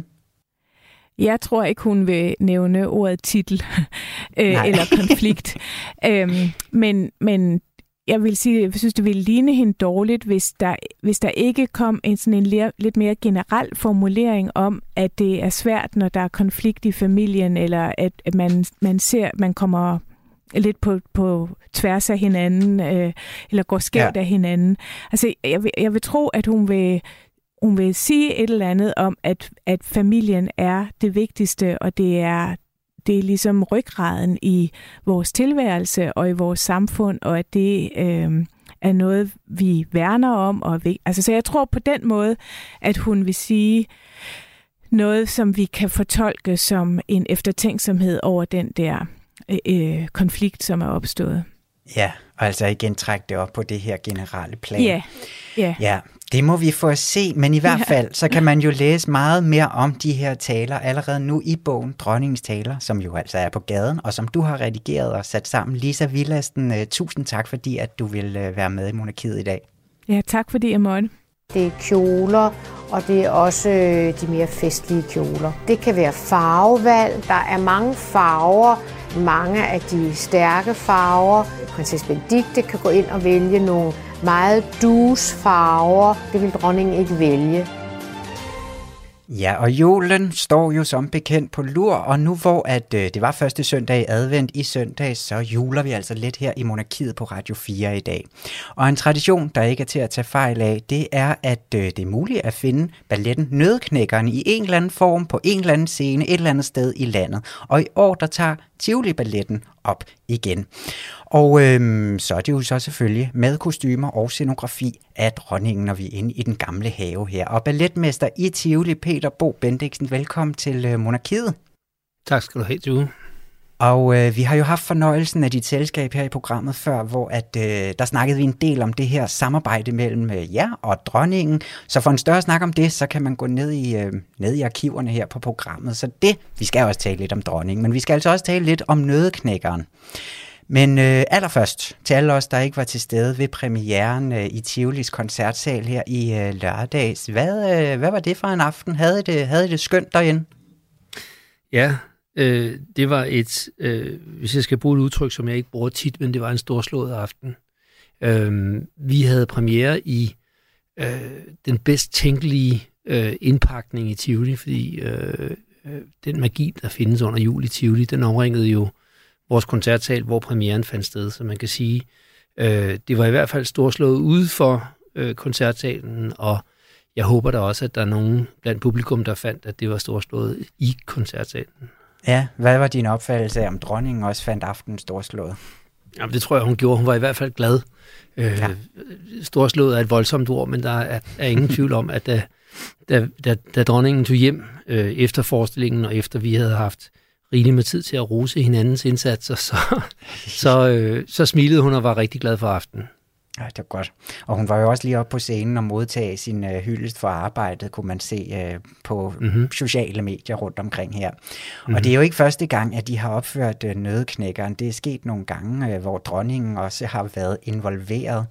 Jeg tror ikke, hun vil nævne ordet titel øh, eller konflikt. øhm, men, men jeg vil sige, jeg synes, det ville ligne hende dårligt, hvis der, hvis der ikke kom en sådan en ler, lidt mere generel formulering om, at det er svært, når der er konflikt i familien, eller at, at man, man ser, man kommer lidt på, på tværs af hinanden, øh, eller går skævt ja. af hinanden. Altså, jeg vil, jeg vil tro, at hun vil, hun vil sige et eller andet om, at, at familien er det vigtigste, og det er Det er ligesom ryggraden i vores tilværelse og i vores samfund, og at det øh, er noget, vi værner om. Og vi, altså, så jeg tror på den måde, at hun vil sige noget, som vi kan fortolke som en eftertænksomhed over den der øh, konflikt, som er opstået. Ja, og altså igen trække det op på det her generelle plan. Ja, ja. Ja, det må vi få at se, men i hvert fald, så kan man jo læse meget mere om de her taler allerede nu i bogen Dronningens Taler, som jo altså er på gaden, og som du har redigeret og sat sammen. Lisa Villasten, uh, tusind tak, fordi at du vil uh, være med i Monarkiet i dag. Ja, tak fordi jeg måtte. Det er kjoler, og det er også de mere festlige kjoler. Det kan være farvevalg. Der er mange farver, mange af de stærke farver. Prinsesse Benedikte kan gå ind og vælge nogle meget douce farver. Det vil dronningen ikke vælge. Ja, og julen står jo som bekendt på lur, og nu hvor at, øh, det var første søndag i advent i søndag, så juler vi altså lidt her i Monarkiet på Radio fire i dag. Og en tradition, der ikke er til at tage fejl af, det er, at øh, det er muligt at finde balletten Nøddeknækkeren i en eller anden form på en eller anden scene et eller andet sted i landet. Og i år, der tager Tivoli-balletten op igen. Og øhm, så er det jo så selvfølgelig med kostymer og scenografi af dronningen, når vi er inde i den gamle have her. Og balletmester i Tivoli, Peter Bo Bendiksen, velkommen til øh, Monarkiet. Tak skal du have, Tue. Og øh, vi har jo haft fornøjelsen af dit selskab her i programmet før, hvor at, øh, der snakkede vi en del om det her samarbejde mellem øh, jer og dronningen. Så for en større snak om det, så kan man gå ned i, øh, ned i arkiverne her på programmet. Så det, vi skal også tale lidt om dronningen, men vi skal altså også tale lidt om Nøddeknækkeren. Men øh, allerførst, til alle os, der ikke var til stede ved premieren øh, i Tivolis koncertsal her i øh, lørdags. Hvad, øh, hvad var det for en aften? Havde I det, havde I det skønt derinde? Ja, øh, det var et, øh, hvis jeg skal bruge et udtryk, som jeg ikke bruger tit, men det var en storslået aften. Øh, vi havde premiere i øh, den bedst tænkelige øh, indpakning i Tivoli, fordi øh, øh, den magi, der findes under jul i Tivoli, den omringede jo vores koncertsal, hvor premieren fandt sted, så man kan sige, øh, det var i hvert fald storslået ude for øh, koncertsalen, og jeg håber da også, at der er nogen blandt publikum, der fandt, at det var storslået i koncertsalen. Ja, hvad var din opfattelse af, om dronningen også fandt aftenen storslået? Jamen, det tror jeg, hun gjorde. Hun var i hvert fald glad. Øh, ja. Storslået er et voldsomt ord, men der er, er ingen tvivl om, at da, da, da, da dronningen tog hjem øh, efter forestillingen, og efter vi havde haft rigeligt med tid til at rose hinandens indsatser, så, så, øh, så smilede hun og var rigtig glad for aftenen. Ja, det var godt. Og hun var jo også lige oppe på scenen og modtage sin uh, hyldest for arbejdet, kunne man se uh, på mm-hmm. sociale medier rundt omkring her. Mm-hmm. Og det er jo ikke første gang, at de har opført uh, Nøddeknækkeren. Det er sket nogle gange, uh, hvor dronningen også har været involveret.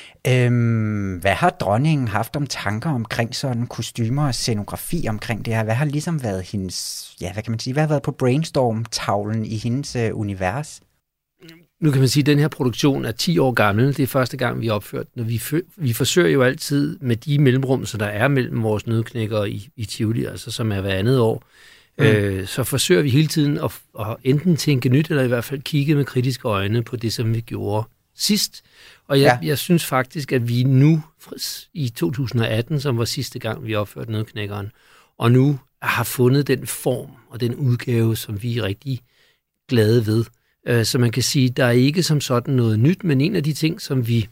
Øhm, hvad har dronningen haft om tanker omkring sådan kostymer og scenografi omkring det her? Hvad har ligesom været hendes, ja, hvad kan man sige, hvad har været på brainstorm-tavlen i hendes uh, univers? Nu kan man sige, at den her produktion er ti år gammel. Det er første gang, vi har opført den. Vi, vi forsøger jo altid med de mellemrum, så der er mellem vores nøddeknækkere i, i Tivoli, altså som er hver andet år, mm. øh, så forsøger vi hele tiden at, at enten tænke nyt, eller i hvert fald kigge med kritiske øjne på det, som vi gjorde sidst. Og jeg, ja. jeg synes faktisk, at vi nu i to tusind og atten, som var sidste gang, vi opførte Nøddeknækkeren, og nu har fundet den form og den udgave, som vi er rigtig glade ved. Så man kan sige, at der er ikke som sådan noget nyt, men en af de ting, som vi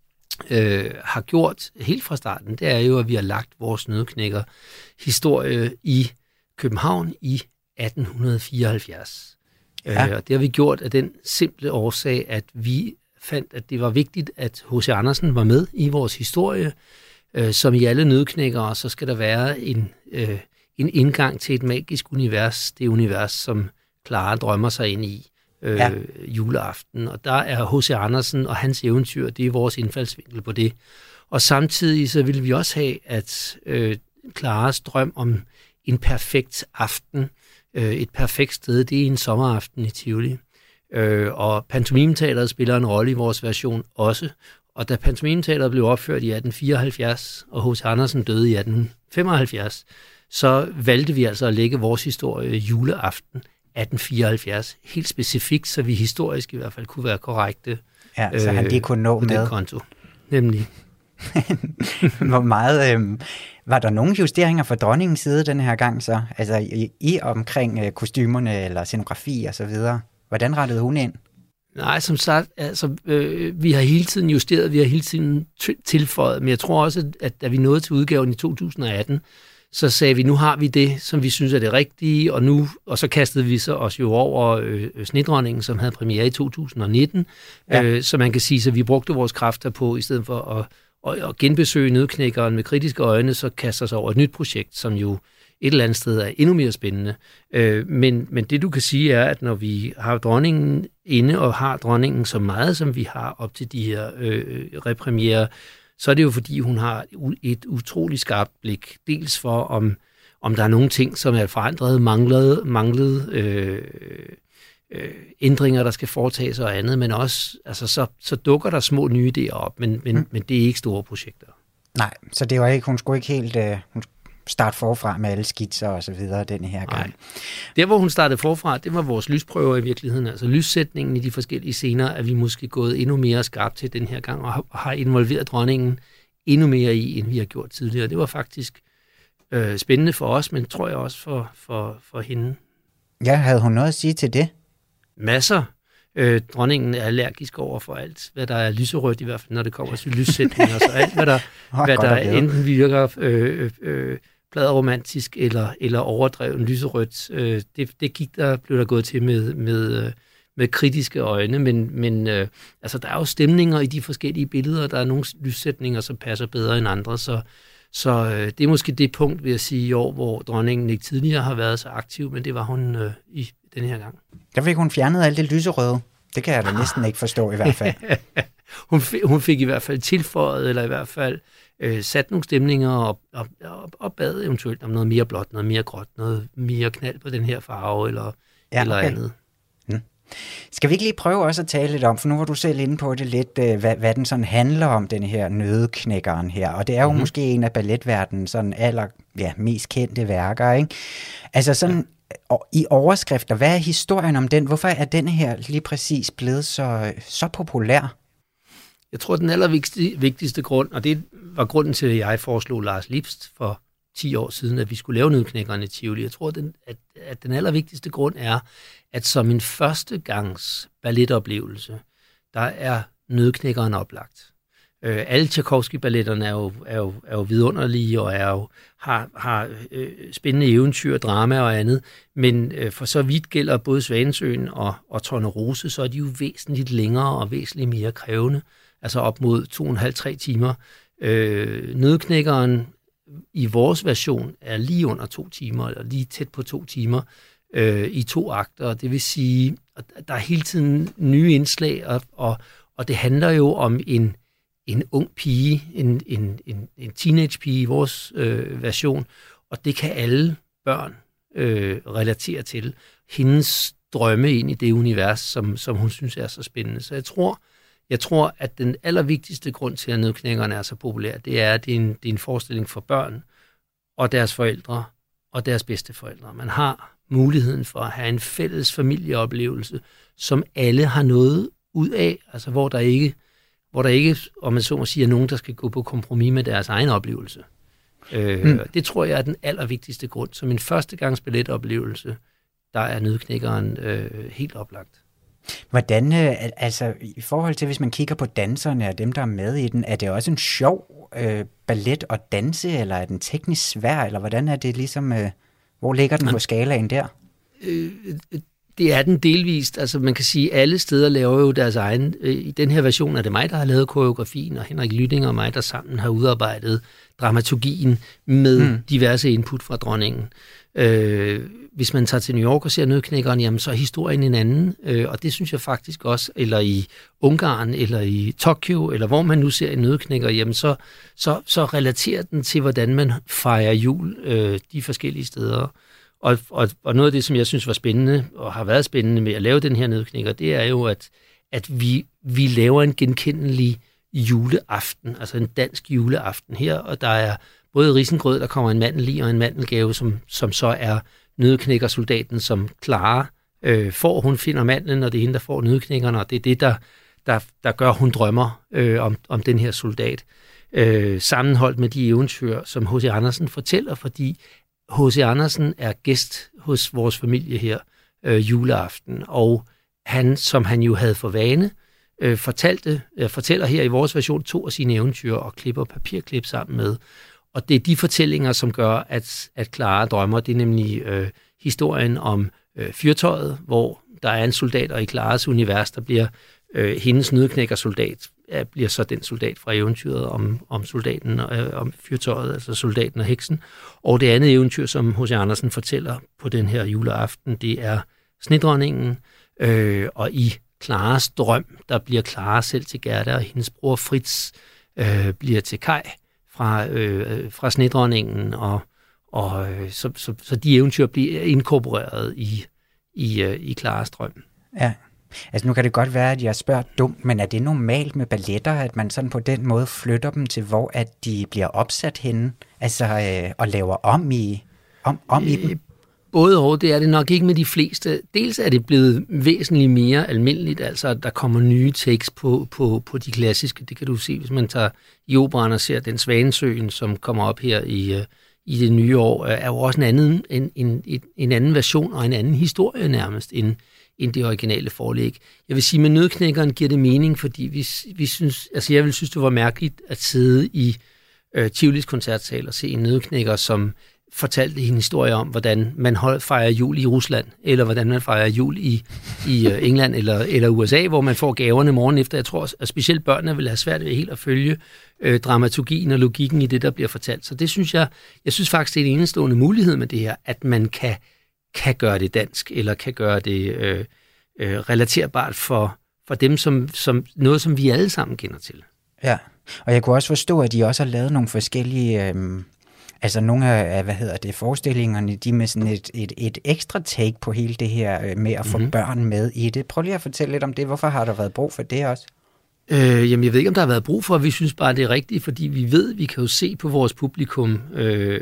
øh, har gjort helt fra starten, det er jo, at vi har lagt vores nøddeknækker-historie i København i atten fireoghalvfjerds. Ja. Øh, og det har vi gjort af den simple årsag, at vi fandt, at det var vigtigt, at H C Andersen var med i vores historie. Øh, som i alle nøddeknækkere, så skal der være en, øh, en indgang til et magisk univers, det univers, som Clara drømmer sig ind i. Øh, ja. juleaften, og der er H C Andersen og hans eventyr, det er vores indfaldsvinkel på det. Og samtidig så vil vi også have, at øh, Claras drøm om en perfekt aften, øh, et perfekt sted, det er en sommeraften i Tivoli. Øh, og pantomimeteateret spiller en rolle i vores version også. Og da pantomimeteateret blev opført i atten fireoghalvfjerds, og H C Andersen døde i atten femoghalvfjerds, så valgte vi altså at lægge vores historie juleaften atten fireoghalvfjerds, helt specifikt, så vi historisk i hvert fald kunne være korrekte. Ja, så han lige kunne nå på med. Den konto. Nemlig. Hvor meget, øh, var der nogle justeringer fra dronningens side den her gang så? Altså i, i omkring øh, kostymerne eller scenografi og så videre. Hvordan rettede hun ind? Nej, som sagt, altså, øh, vi har hele tiden justeret, vi har hele tiden t- tilføjet, men jeg tror også, at da vi nåede til udgaven i to tusind og atten, så sagde vi, nu har vi det, som vi synes er det rigtige, og nu og så kastede vi så os jo over øh, Snedronningen, som havde premiere i to tusind og nitten, ja. øh, så man kan sige, så vi brugte vores kræfter på, i stedet for at, at, at genbesøge Nøddeknækkeren med kritiske øjne, så kaster os over et nyt projekt, som jo et eller andet sted er endnu mere spændende. Øh, men, men det du kan sige er, at når vi har dronningen inde, og har dronningen så meget, som vi har op til de her øh, repremierer, så er det jo fordi, hun har et utroligt skarpt blik. Dels for, om, om der er nogle ting, som er forandret, manglet, manglet øh, øh, ændringer, der skal foretages og andet, men også, altså, så, så dukker der små nye idéer op, men, men, mm. men det er ikke store projekter. Nej, så det var ikke, hun skulle ikke helt øh, hun starte forfra med alle skitser og så videre den her gang. Nej. Der, hvor hun startede forfra, det var vores lysprøver i virkeligheden. Altså lyssætningen i de forskellige scener, er vi måske gået endnu mere skarpt til den her gang, og har involveret dronningen endnu mere i, end vi har gjort tidligere. Det var faktisk øh, spændende for os, men tror jeg også for, for, for hende. Ja, havde hun noget at sige til det? Masser. Øh, dronningen er allergisk over for alt, hvad der er lyserødt, i hvert fald når det kommer til lyssætninger. Så alt, hvad der, oh, hvad der enten virker øh, øh, pladeromantisk eller, eller overdreven lyserødt, øh, det, det gik der, blev der gået til med, med, med kritiske øjne, men, men øh, altså, der er jo stemninger i de forskellige billeder, der er nogle lyssætninger, som passer bedre end andre, så, så øh, det er måske det punkt, vil jeg sige, i år, hvor dronningen ikke tidligere har været så aktiv, men det var hun øh, i den her gang. Der fik hun fjernet alt det lyserøde. Det kan jeg da næsten ikke forstå i hvert fald. hun, fik, hun fik i hvert fald tilføjet, eller i hvert fald øh, sat nogle stemninger og, og, og, og bad eventuelt om noget mere blåt, noget mere gråt, noget mere knald på den her farve, eller, ja, eller okay. andet. Hmm. Skal vi ikke lige prøve også at tale lidt om, for nu var du selv inde på det lidt, hvad, hvad den sådan handler om, den her Nøddeknækkeren her, og det er jo mm-hmm. måske en af balletverdenens sådan aller ja, mest kendte værker, ikke? Altså sådan... Ja. Og i overskrifter, hvad er historien om den? Hvorfor er den her lige præcis blevet så, så populær? Jeg tror, den allervigtigste grund, og det var grunden til, at jeg foreslog Lars Lipst for ti år siden, at vi skulle lave Nøddeknækkeren i Tivoli. Jeg tror, den, at, at den allervigtigste grund er, at som en førstegangs balletoplevelse, der er Nøddeknækkeren oplagt. Øh, alle Tchaikovsky-balletterne er jo, er, jo, er jo vidunderlige og er jo, har, har øh, spændende eventyr, drama og andet, men øh, for så vidt gælder både Svanesøen og, og Tornerose, så er de jo væsentligt længere og væsentligt mere krævende, altså op mod to og en halv, tre timer. Øh, Nøddeknækkeren i vores version er lige under to timer, eller lige tæt på to timer, øh, i to akter. Det vil sige, at der er hele tiden nye indslag, og, og, og det handler jo om en, en ung pige, en, en, en, en teenage-pige i vores øh, version, og det kan alle børn øh, relatere til. Hendes drømme ind i det univers, som, som hun synes er så spændende. Så jeg tror, Jeg tror, at den allervigtigste grund til, at Nøddeknækkeren er så populær, det er, at det er, en, det er en forestilling for børn og deres forældre og deres bedsteforældre. Man har muligheden for at have en fælles familieoplevelse, som alle har noget ud af, altså hvor der ikke, hvor der ikke, om man så må sige, er nogen, der skal gå på kompromis med deres egen oplevelse. Øh, mm. Det tror jeg er den allervigtigste grund. Som en førstegangsbilletoplevelse, der er Nøddeknækkeren øh, helt oplagt. Hvordan, altså i forhold til, hvis man kigger på danserne og dem, der er med i den, er det også en sjov øh, ballet at danse, eller er den teknisk svær, eller hvordan er det ligesom, øh, hvor ligger den på skalaen der? Øh, det er den delvist, altså man kan sige, at alle steder laver jo deres egen. I den her version er det mig, der har lavet koreografien, og Henrik Lytting og mig, der sammen har udarbejdet dramaturgien med mm. diverse input fra dronningen. Øh, hvis man tager til New York og ser Nøddeknækkeren, jamen så er historien en anden, øh, og det synes jeg faktisk også, eller i Ungarn, eller i Tokyo, eller hvor man nu ser en Nøddeknækker, jamen så, så, så relaterer den til, hvordan man fejrer jul øh, de forskellige steder. Og, og, og noget af det, som jeg synes var spændende, og har været spændende med at lave den her Nøddeknækker, det er jo, at, at vi, vi laver en genkendelig juleaften, altså en dansk juleaften her, og der er både risengrød, der kommer en mandel i, og en mandelgave, som, som så er nøddeknækkersoldaten, som Clara øh, får. Hun finder mandlen, og det er hende, der får nøddeknækkerne, og det er det, der, der, der gør, hun drømmer øh, om, om den her soldat. Øh, sammenholdt med de eventyr, som H C Andersen fortæller, fordi H C Andersen er gæst hos vores familie her øh, juleaften, og han, som han jo havde for vane, øh, fortalte, øh, fortæller her i vores version to af sine eventyr og klipper papirklip sammen med. Og det er de fortællinger, som gør, at, at Clara drømmer. Det er nemlig øh, historien om øh, fyrtøjet, hvor der er en soldat, og i Claras univers, der bliver øh, hendes nøddeknækkersoldat, øh, bliver så den soldat fra eventyret om, om soldaten, øh, om fyrtøjet, altså soldaten og heksen. Og det andet eventyr, som H C Andersen fortæller på den her juleaften, det er Snedronningen, øh, og i Claras drøm, der bliver Clara selv til Gerda, og hendes bror Fritz øh, bliver til Kaj fra, øh, fra Snedronningen, og, og øh, så, så, så de eventyr bliver inkorporeret i, i, øh, i Claras drøm. Ja, altså nu kan det godt være, at jeg spørger dumt, men er det normalt med balletter, at man sådan på den måde flytter dem til, hvor at de bliver opsat henne, altså øh, og laver om i, om, om øh, i dem? Både og, det er det nok ikke med de fleste. Dels er det blevet væsentligt mere almindeligt, altså at der kommer nye takes på, på, på de klassiske. Det kan du se, hvis man tager i operaen og ser den Svanesøen, som kommer op her i, i det nye år, er jo også en anden, en, en, en anden version og en anden historie nærmest end, end det originale forlæg. Jeg vil sige, med Nøddeknækkeren giver det mening, fordi vi, vi synes, altså jeg vil synes, det var mærkeligt at sidde i øh, Tivolis koncertsal og se en nøddeknækker, som fortalte en historie om, hvordan man fejrer jul i Rusland, eller hvordan man fejrer jul i, i England eller, eller U S A, hvor man får gaverne morgen efter. Jeg tror, at specielt børnene vil have svært ved helt at følge øh, dramaturgien og logikken i det, der bliver fortalt. Så det synes jeg, jeg synes faktisk, det er en enestående mulighed med det her, at man kan, kan gøre det dansk, eller kan gøre det øh, øh, relaterbart for, for dem, som, som noget, som vi alle sammen kender til. Ja, og jeg kunne også forstå, at de også har lavet nogle forskellige... Øh... Altså nogle af, hvad hedder det, forestillingerne, de med sådan et, et, et ekstra take på hele det her med at få mm-hmm. børn med i det. Prøv lige at fortælle lidt om det. Hvorfor har der været brug for det også? Øh, jamen jeg ved ikke, om der har været brug for, vi synes bare, det er rigtigt, fordi vi ved, vi kan jo se på vores publikum, øh,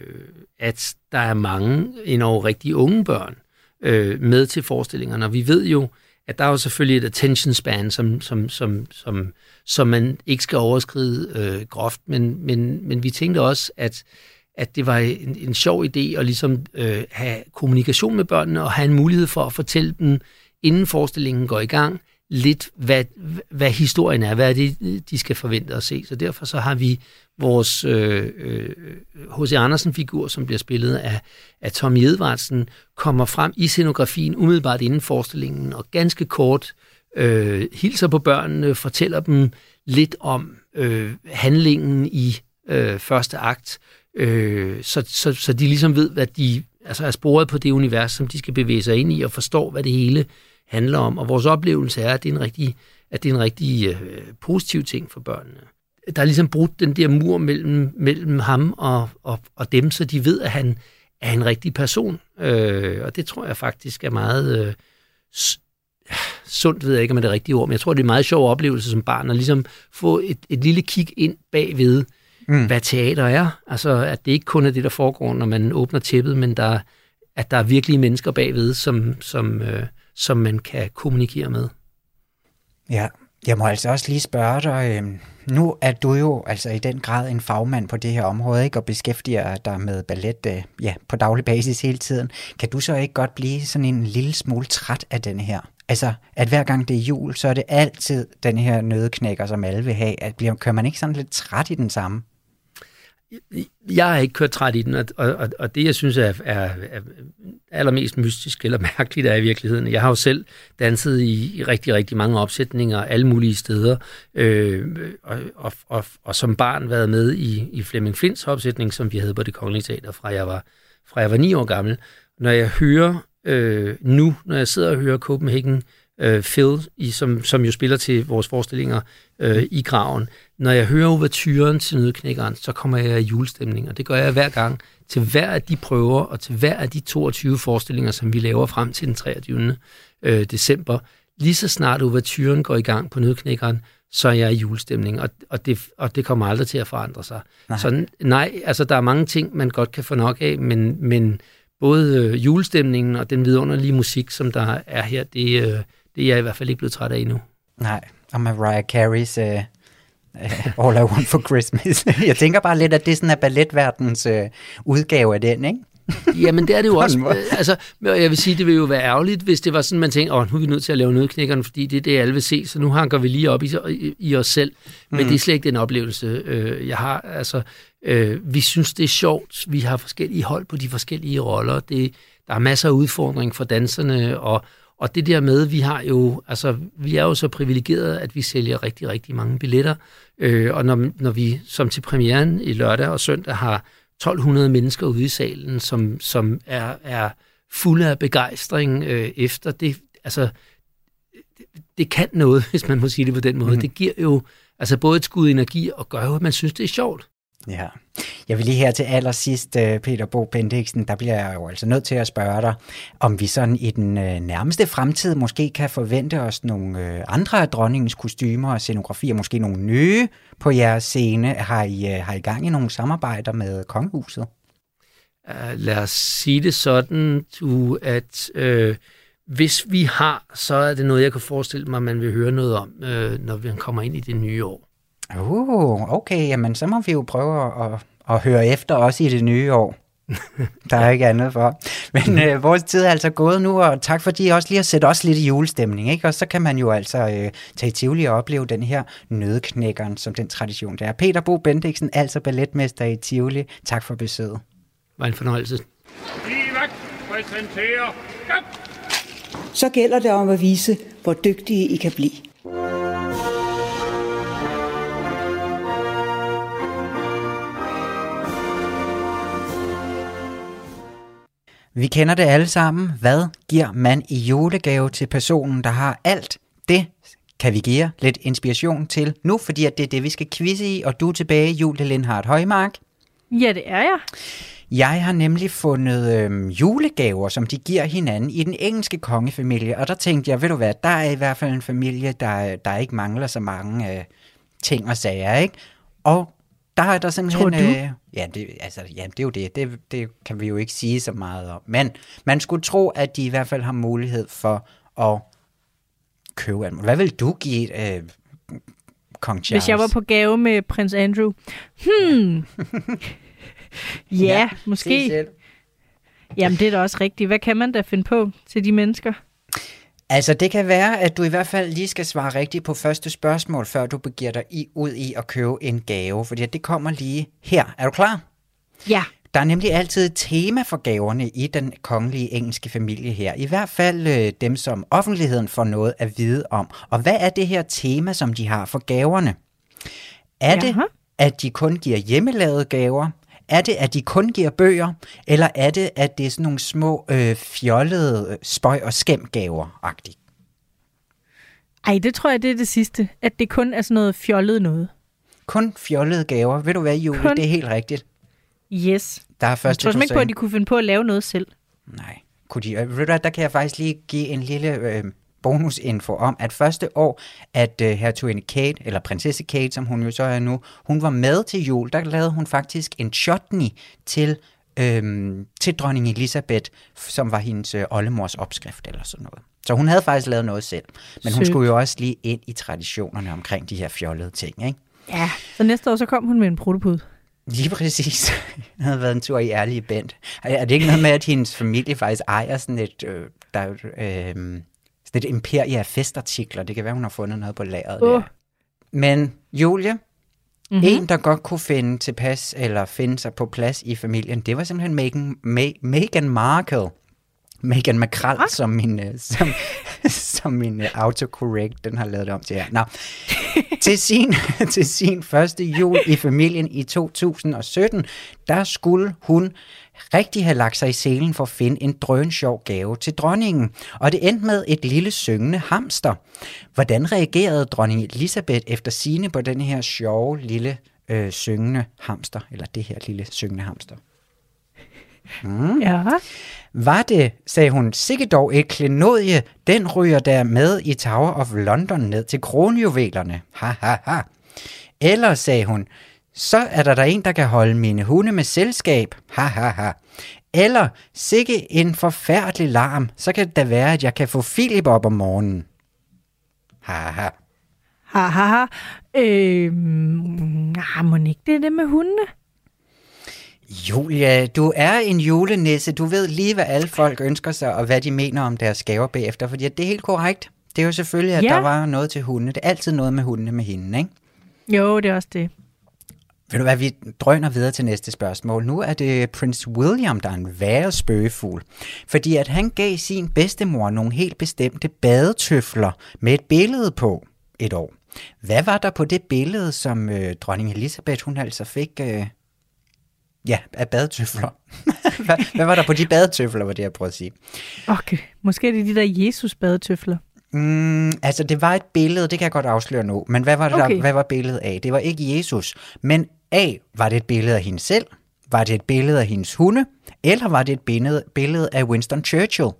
at der er mange, endnu rigtig unge børn øh, med til forestillingerne. Og vi ved jo, at der er jo selvfølgelig et attention span, som, som, som, som, som man ikke skal overskride øh, groft, men, men, men vi tænkte også, at, at det var en, en sjov idé at ligesom øh, have kommunikation med børnene og have en mulighed for at fortælle dem, inden forestillingen går i gang, lidt, hvad, hvad historien er, hvad er det, de skal forvente at se. Så derfor så har vi vores øh, øh, H C. Andersen-figur, som bliver spillet af, af Tommy Edvardsen, kommer frem i scenografien umiddelbart inden forestillingen, og ganske kort øh, hilser på børnene, fortæller dem lidt om øh, handlingen i øh, første akt, øh, så, så, så de ligesom ved, hvad de altså er sporet på det univers, som de skal bevæge sig ind i, og forstår, hvad det hele handler om. Og vores oplevelse er, at det er en rigtig, at det er en rigtig øh, positiv ting for børnene. Der er ligesom brudt den der mur mellem, mellem ham og, og, og dem, så de ved, at han er en rigtig person. Øh, og det tror jeg faktisk er meget øh, sundt, ved jeg ikke, om det er det rigtige ord, men jeg tror, det er en meget sjov oplevelse som barn, at ligesom få et, et lille kig ind bagved, mm. hvad teater er. Altså, at det ikke kun er det, der foregår, når man åbner tæppet, men der, at der er virkelige mennesker bagved, som, som, øh, som man kan kommunikere med. Ja, jeg må altså også lige spørge dig, øh, nu er du jo altså i den grad en fagmand på det her område, ikke, og beskæftiger dig med ballet øh, ja, på daglig basis hele tiden. Kan du så ikke godt blive sådan en lille smule træt af den her? Altså, at hver gang det er jul, så er det altid den her nøddeknækker, som alle vil have. At bliver, kører man ikke sådan lidt træt i den samme? Jeg har ikke kørt træt i den, og, og, og det, jeg synes er, er, er allermest mystisk eller mærkeligt, er i virkeligheden. Jeg har jo selv danset i, i rigtig, rigtig mange opsætninger, alle mulige steder, øh, og, og, og, og som barn været med i, i Flemming Flints opsætning, som vi havde på Det Kongelige Teater, fra jeg var, fra jeg var ni år gammel. Når jeg hører øh, nu, når jeg sidder og hører Copenhagen øh, Phil, i, som, som jo spiller til vores forestillinger øh, i Graven, når jeg hører ouverturen til Nøddeknækkeren, så kommer jeg i julestemning, og det gør jeg hver gang til hver af de prøver, og til hver af de toogtyve forestillinger, som vi laver frem til den treogtyvende Øh, december. Lige så snart ouverturen går i gang på Nøddeknækkeren, så er jeg i julestemning, og, og, det, og det kommer aldrig til at forandre sig. Nej. Så nej, altså der er mange ting, man godt kan få nok af, men, men både øh, julestemningen og den vidunderlige musik, som der er her, det, øh, det er jeg i hvert fald ikke blevet træt af endnu. Nej, og Mariah Carey's uh, uh, All I Want for Christmas. Jeg tænker bare lidt, at det sådan er balletverdens uh, udgave af den, ikke? Jamen det er det jo også. Altså, jeg vil sige, det vil jo være ærgerligt, hvis det var sådan, man tænker, åh, nu er vi nødt til at lave Nøddeknækkeren, fordi det er det, alle vil se, så nu hanker vi lige op i, i, i os selv. Men mm. det er slet ikke den oplevelse, øh, jeg har. Altså, øh, vi synes, det er sjovt. Vi har forskellige hold på de forskellige roller. Det, der er masser af udfordring for danserne, og, og det der med, vi har jo, altså, vi er jo så privilegerede, at vi sælger rigtig, rigtig mange billetter. Øh, og når, når vi, som til premieren i lørdag og søndag, har tolv hundrede mennesker ude i salen, som, som er, er fulde af begejstring øh, efter det. Altså, det, det kan noget, hvis man må sige det på den måde. Mm. Det giver jo altså både et skud energi og gør jo, at man synes, det er sjovt. Ja. Jeg vil lige her til allersidst, Peter Bo Bendixen, der bliver jeg jo altså nødt til at spørge dig, om vi sådan i den øh, nærmeste fremtid måske kan forvente os nogle øh, andre af dronningens kostymer og scenografier, måske nogle nye på jeres scene. Har I, øh, har I gang i nogle samarbejder med kongehuset? Uh, lad os sige det sådan, du, at øh, hvis vi har, så er det noget, jeg kan forestille mig, man vil høre noget om, øh, når vi kommer ind i det nye år. Uh, okay, jamen så må vi jo prøve at, at høre efter også i det nye år. Der er ikke andet for. Men øh, vores tid er altså gået nu, og tak fordi I også lige har sætte os lidt i julestemning, ikke? Og så kan man jo altså øh, tage i Tivoli og opleve den her Nøddeknækkeren, som den tradition der er. Peter Bo Bendixen, altså balletmester i Tivoli. Tak for besøget. Det var en fornøjelse. Så gælder det om at vise, hvor dygtige I kan blive. Vi kender det alle sammen. Hvad giver man i julegave til personen, der har alt? Det kan vi give lidt inspiration til nu, fordi at det er det, vi skal quizze i, og du er tilbage, Julie Lindhardt Højmark. Ja, det er jeg. Jeg har nemlig fundet øhm, julegaver, som de giver hinanden i den engelske kongefamilie, og der tænkte jeg, ved du hvad, der er i hvert fald en familie, der, der ikke mangler så mange øh, ting og sager, ikke? Og der er der simpelthen... Tror du? Øh, ja, det, altså, ja, det er jo det. det. Det kan vi jo ikke sige så meget om. Men man skulle tro, at de i hvert fald har mulighed for at købe alt. Hvad vil du give øh, Kong Charles? Hvis jeg var på gave med prins Andrew? Hmm. ja, ja, måske. Jamen, det er da også rigtigt. Hvad kan man da finde på til de mennesker? Altså, det kan være, at du i hvert fald lige skal svare rigtigt på første spørgsmål, før du begiver dig i, ud i at købe en gave, fordi det kommer lige her. Er du klar? Ja. Der er nemlig altid et tema for gaverne i den kongelige engelske familie her. I hvert fald øh, dem, som offentligheden får noget at vide om. Og hvad er det her tema, som de har for gaverne? Er Jaha. det, at de kun giver hjemmelavede gaver? Er det, at de kun giver bøger? Eller er det, at det er sådan nogle små øh, fjollede spøj- og skæmgaver-agtigt? Ej, det tror jeg, det er det sidste. At det kun er sådan noget fjollet noget. Kun fjollede gaver. Ved du hvad, Julie? Kun... Det er helt rigtigt. Yes. Der er første jeg tror ikke på, at de kunne finde på at lave noget selv. Nej. Kunne de, ved du hvad, der kan jeg faktisk lige give en lille øh, bonusinfo om, at første år, at øh, hertuginde Kate, eller prinsesse Kate, som hun jo så er nu, hun var med til jul, der lavede hun faktisk en chutney til, øh, til dronning Elizabeth, som var hendes øh, oldemors opskrift eller sådan noget. Så hun havde faktisk lavet noget selv. Men hun Sødt. skulle jo også lige ind i traditionerne omkring de her fjollede ting, ikke? Ja, så næste år så kom hun med en pruttepude. Lige præcis. Jeg havde været en tur i Ærlige Bent. Er det ikke noget med, at hendes familie faktisk ejer sådan et, øh, der, øh, sådan et imperie af festartikler? Det kan være, hun har fundet noget på lageret uh. der. Men Julie, mm-hmm. en, der godt kunne finde tilpas, eller finde sig på plads i familien, det var simpelthen Meghan, Ma- Meghan Markle. Meghan Makrel, ah. som min, som, som min autocorrect, den har lavet det om til her. Nå. til, sin, til sin første jul i familien i to tusind og sytten, der skulle hun rigtig have lagt sig i selen for at finde en drønsjov gave til dronningen. Og det endte med et lille syngende hamster. Hvordan reagerede dronning Elizabeth efter sigende på den her sjove lille øh, syngende hamster? Eller det her lille syngende hamster? Mm. Ja. Var det, sagde hun, sikke dog et klenodie, den ryger der med i Tower of London ned til kronjuvelerne. Ha, ha, ha. Eller, sagde hun, så er der der en, der kan holde mine hunde med selskab. Ha, ha, ha. Eller, sikke en forfærdelig larm, så kan det da være, at jeg kan få Philip op om morgenen. Ha, ha. Ha, ha, ha. Øh, må ikke det det med hundene? Julia, du er en julenisse. Du ved lige, hvad alle folk ønsker sig, og hvad de mener om deres gaver bagefter, fordi det er helt korrekt. Det er jo selvfølgelig, at ja. der var noget til hunde. Det er altid noget med hundene med hende, ikke? Jo, det er også det. Ved du hvad, vi drøner videre til næste spørgsmål. Nu er det prins William, der er en værre spøgefugl. Fordi at han gav sin bedstemor nogle helt bestemte badetøfler med et billede på et år. Hvad var der på det billede, som øh, dronning Elizabeth, hun altså fik... Øh, Ja, af badetøfler. hvad, hvad var der på de badetøfler, var det, jeg prøvede at sige? Okay, måske er det de der Jesus-badetøfler. Mm, altså, det var et billede, det kan jeg godt afsløre nu. Men hvad var, det okay. der, hvad var billedet af? Det var ikke Jesus. Men A, var det et billede af hende selv? Var det et billede af hendes hunde? Eller var det et billede, billede af Winston Churchill?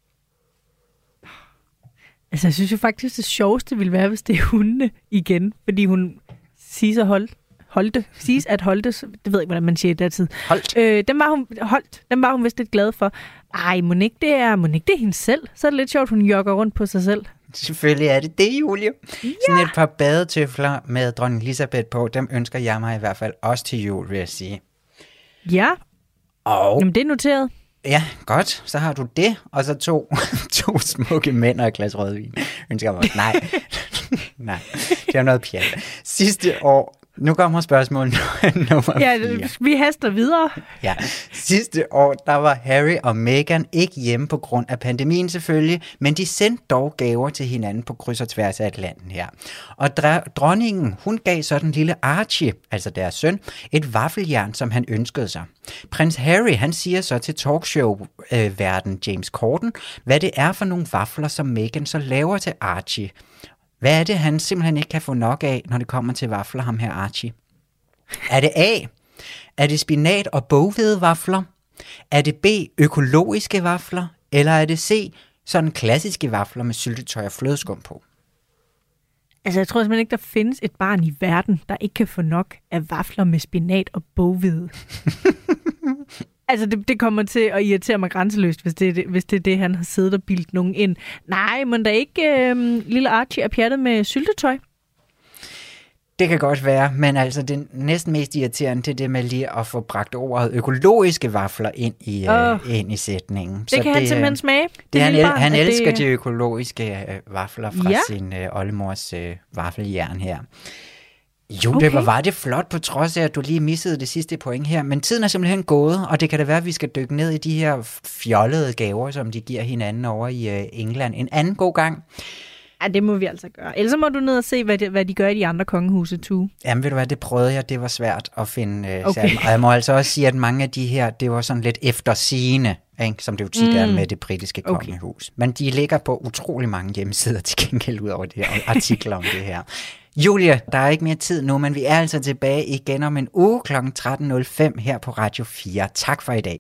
Altså, jeg synes jo faktisk, det sjoveste ville være, hvis det er hundene igen. Fordi hun siger så hold. Holte. Siges at Holte, det ved jeg ikke, hvordan man siger i den tid. Holdt. Øh, den var hun, holdt. Den var hun vist lidt glad for. Ej, Monique, det er, Monique, det er hende selv. Så er det lidt sjovt, hun jogger rundt på sig selv. Selvfølgelig er det det, Julie. Ja. Sådan et par badetøfler med dronning Elizabeth på, dem ønsker jeg mig i hvert fald også til jul, vil jeg sige. Ja. Og... Jamen, det er noteret. Ja, godt. Så har du det, og så to, to smukke mænd og et glas rødvin. Ønsker mig. Nej. Nej, det er noget pjat. Sidste år, nu kommer spørgsmål nummer fire. Ja, vi haster videre. Ja, sidste år, der var Harry og Meghan ikke hjemme på grund af pandemien selvfølgelig, men de sendte dog gaver til hinanden på kryds og tværs af Atlanten her. Og dronningen, hun gav så den lille Archie, altså deres søn, et vaffeljern, som han ønskede sig. Prins Harry, han siger så til talkshow-verden øh, James Corden, hvad det er for nogle vafler, som Meghan så laver til Archie. Hvad er det, han simpelthen ikke kan få nok af, når det kommer til vafler, ham her Archie? Er det A? Er det spinat- og boghvedevafler? Er det B? Økologiske vafler? Eller er det C? Sådan klassiske vafler med syltetøj og flødeskum på? Altså, jeg tror simpelthen ikke, der findes et barn i verden, der ikke kan få nok af vafler med spinat og boghvede. Altså, det, det kommer til at irritere mig grænseløst, hvis det, er det, hvis det er det, han har siddet og bildt nogen ind. Nej, men der er ikke øh, lille Archie er pjattet med syltetøj. Det kan godt være, men altså det næsten mest irriterende, det er det med lige at få bragt ordet økologiske vafler ind i, oh. øh, ind i sætningen. Det så kan det, han simpelthen smage. Det, det han, barn, han elsker det... de økologiske øh, vafler fra ja. sin øh, oldemors øh, vaffeljern her. Jo, okay. Det var, var det flot, på trods af, at du lige missede det sidste point her. Men tiden er simpelthen gået, og det kan da være, at vi skal dykke ned i de her fjollede gaver, som de giver hinanden over i øh, England. En anden god gang. Ja, det må vi altså gøre. Ellers må du ned og se, hvad de, hvad de gør i de andre kongehuse, too. Jamen, ved du hvad, det prøvede jeg. Det var svært at finde øh, okay. Og jeg må altså også sige, at mange af de her, det var sådan lidt eftersigende, ikke? Som det jo tit mm. er med det britiske kongehus. Okay. Men de ligger på utrolig mange hjemmesider til gengæld ud over de her artikler om det her. Julia, der er ikke mere tid nu, men vi er altså tilbage igen om en uge klokken tretten nul fem her på Radio fire. Tak for i dag.